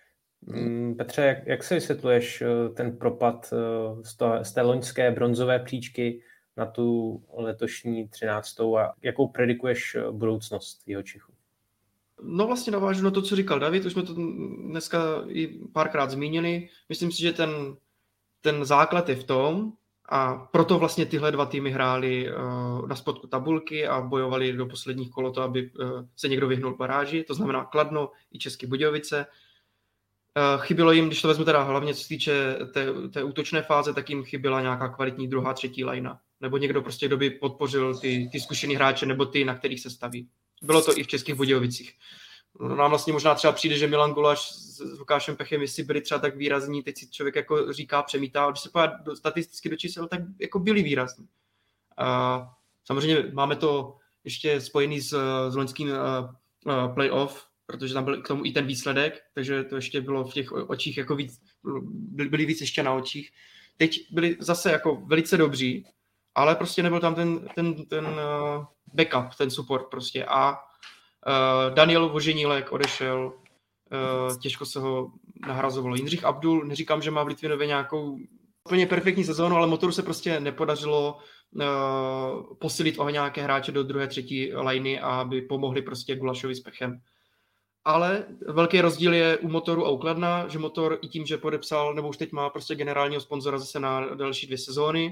Petře, jak se vysvětluješ ten propad z té loňské bronzové příčky na tu letošní 13. a jakou predikuješ budoucnost Jihočichů? No vlastně navážu na to, co říkal David, už jsme to dneska i párkrát zmínili. Myslím si, že ten základ je v tom, a proto vlastně tyhle dva týmy hráli na spodku tabulky a bojovali do posledních kol to, aby se někdo vyhnul baráži, to znamená Kladno i České Budějovice. Chybilo jim, když to vezmu teda hlavně co se týče té útočné fáze, tak jim chyběla nějaká kvalitní druhá, třetí lajna. Nebo někdo prostě, kdo by podpořil ty zkušený hráče, nebo ty, na kterých se staví. Bylo to i v Českých Budějovicích. Nám vlastně možná třeba přijde, že Milan Gulaš s Lukášem Pechem, jestli byli třeba tak výrazní, teď si člověk jako říká, přemítá, a když se podívá statisticky do čísel, tak jako byli výrazní. Samozřejmě máme to ještě spojený s loňským playoff, protože tam byl k tomu i ten výsledek, takže to ještě bylo v těch očích jako víc, byli víc ještě na očích. Teď byli zase jako velice dobří, ale prostě nebyl tam ten backup, ten support prostě. A Daniel Voženílek odešel, těžko se ho nahrazovalo. Jindřich Abdul, neříkám, že má v Litvinově nějakou úplně perfektní sezónu, ale Motoru se prostě nepodařilo posilit o nějaké hráče do druhé, třetí lajny, aby pomohli prostě Gulašovi s Pechem. Ale velký rozdíl je u Motoru a u Kladna, že Motor i tím, že podepsal, nebo už teď má prostě generálního sponzora zase na další 2 sezóny,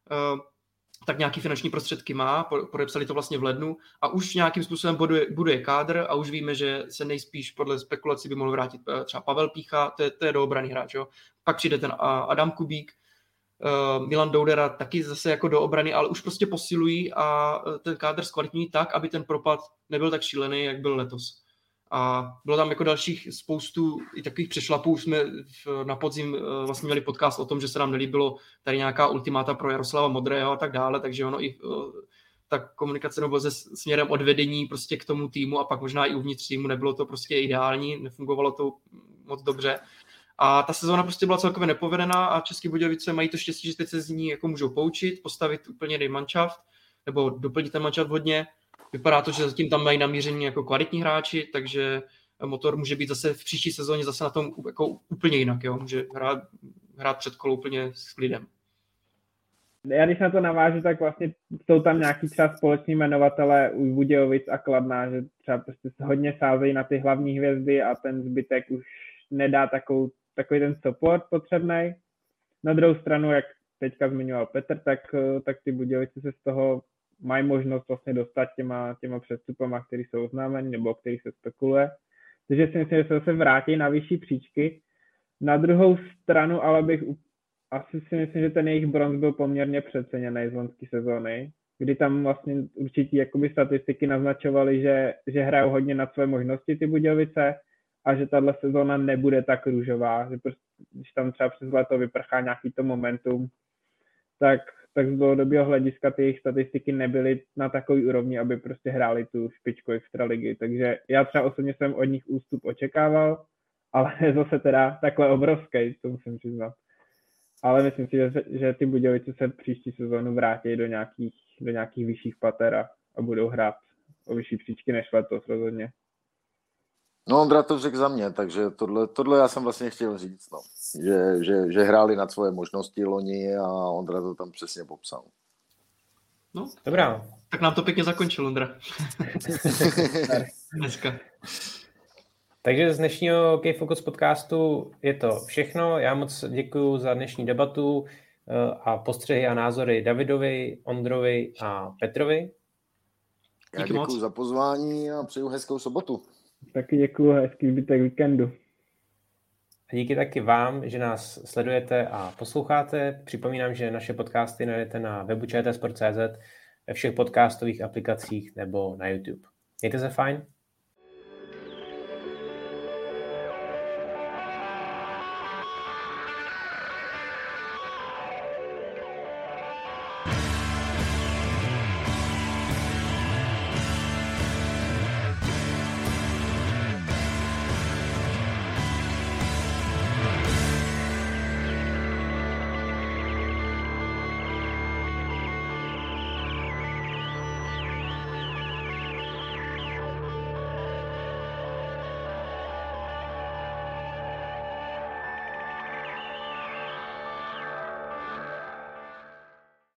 tak nějaký finanční prostředky má, podepsali to vlastně v lednu a už nějakým způsobem buduje kádr a už víme, že se nejspíš podle spekulací by mohl vrátit třeba Pavel Pícha, to je do obrany hráč, jo. Pak přijde ten Adam Kubík, Milan Doudera taky zase jako do obrany, ale už prostě posilují a ten kádr zkvalitňují tak, aby ten propad nebyl tak šílený, jak byl letos. A bylo tam jako dalších spoustu i takových přešlapů. Jsme na podzim vlastně měli podcast o tom, že se nám nelíbilo tady nějaká ultimáta pro Jaroslava Modrého a tak dále, takže ono i ta komunikace nebo se směrem od vedení prostě k tomu týmu a pak možná i uvnitř týmu nebylo to prostě ideální, nefungovalo to moc dobře. A ta sezóna prostě byla celkově nepovedená a České Budějovice mají to štěstí, že teď se z ní jako můžou poučit, postavit úplně jiný manšaft nebo doplnit ten manšaft hodně. Vypadá to, že zatím tam mají namíření jako kvalitní hráči, takže Motor může být zase v příští sezóně zase na tom jako úplně jinak, jo? Může hrát před kolo úplně s klidem. Já když na to navážu, tak vlastně jsou tam nějaký třeba společní jmenovatele u Budějovic a Kladna, že třeba prostě se hodně sázejí na ty hlavní hvězdy a ten zbytek už nedá takový ten support potřebnej. Na druhou stranu, jak teďka zmiňoval Petr, tak ty Budějovice se z toho mají možnost vlastně dostat těma přestupama, které jsou oznámeny nebo o kterých se spekuluje. Takže si myslím, že se zase vrátí na vyšší příčky. Na druhou stranu ale asi si myslím, že ten jejich bronz byl poměrně přeceněný z loňské sezóny, kdy tam vlastně určitě jakoby statistiky naznačovaly, že hrajou hodně nad své možnosti ty Budějovice a že tahle sezóna nebude tak růžová, že prostě, když tam třeba přes léto vyprchá nějaký to momentum, tak z dlouhodobého hlediska ty jejich statistiky nebyly na takový úrovni, aby prostě hráli tu špičku extraligy. Takže já třeba osobně jsem od nich ústup očekával, ale zase teda takhle obrovský, to musím přiznat. Ale myslím si, že ty Budějovice se příští sezónu vrátí do nějakých vyšších pater a budou hrát o vyšší příčky než letos rozhodně. No, Ondra to řekl za mě, takže tohle já jsem vlastně chtěl říct, no. Že hráli nad svoje možnosti loni a Ondra to tam přesně popsal. No, dobrá. Tak nám to pěkně zakončil, Ondra. Dneska. Takže z dnešního Hockey Focus podcastu je to všechno. Já moc děkuji za dnešní debatu a postřehy a názory Davidovi, Ondrovi a Petrovi. Já děkuji za pozvání a přeju hezkou sobotu. Taky děkuji, hezký zbytek víkendu. A díky taky vám, že nás sledujete a posloucháte. Připomínám, že naše podcasty najdete na webu čtsport.cz, ve všech podcastových aplikacích nebo na YouTube. Mějte se fajn.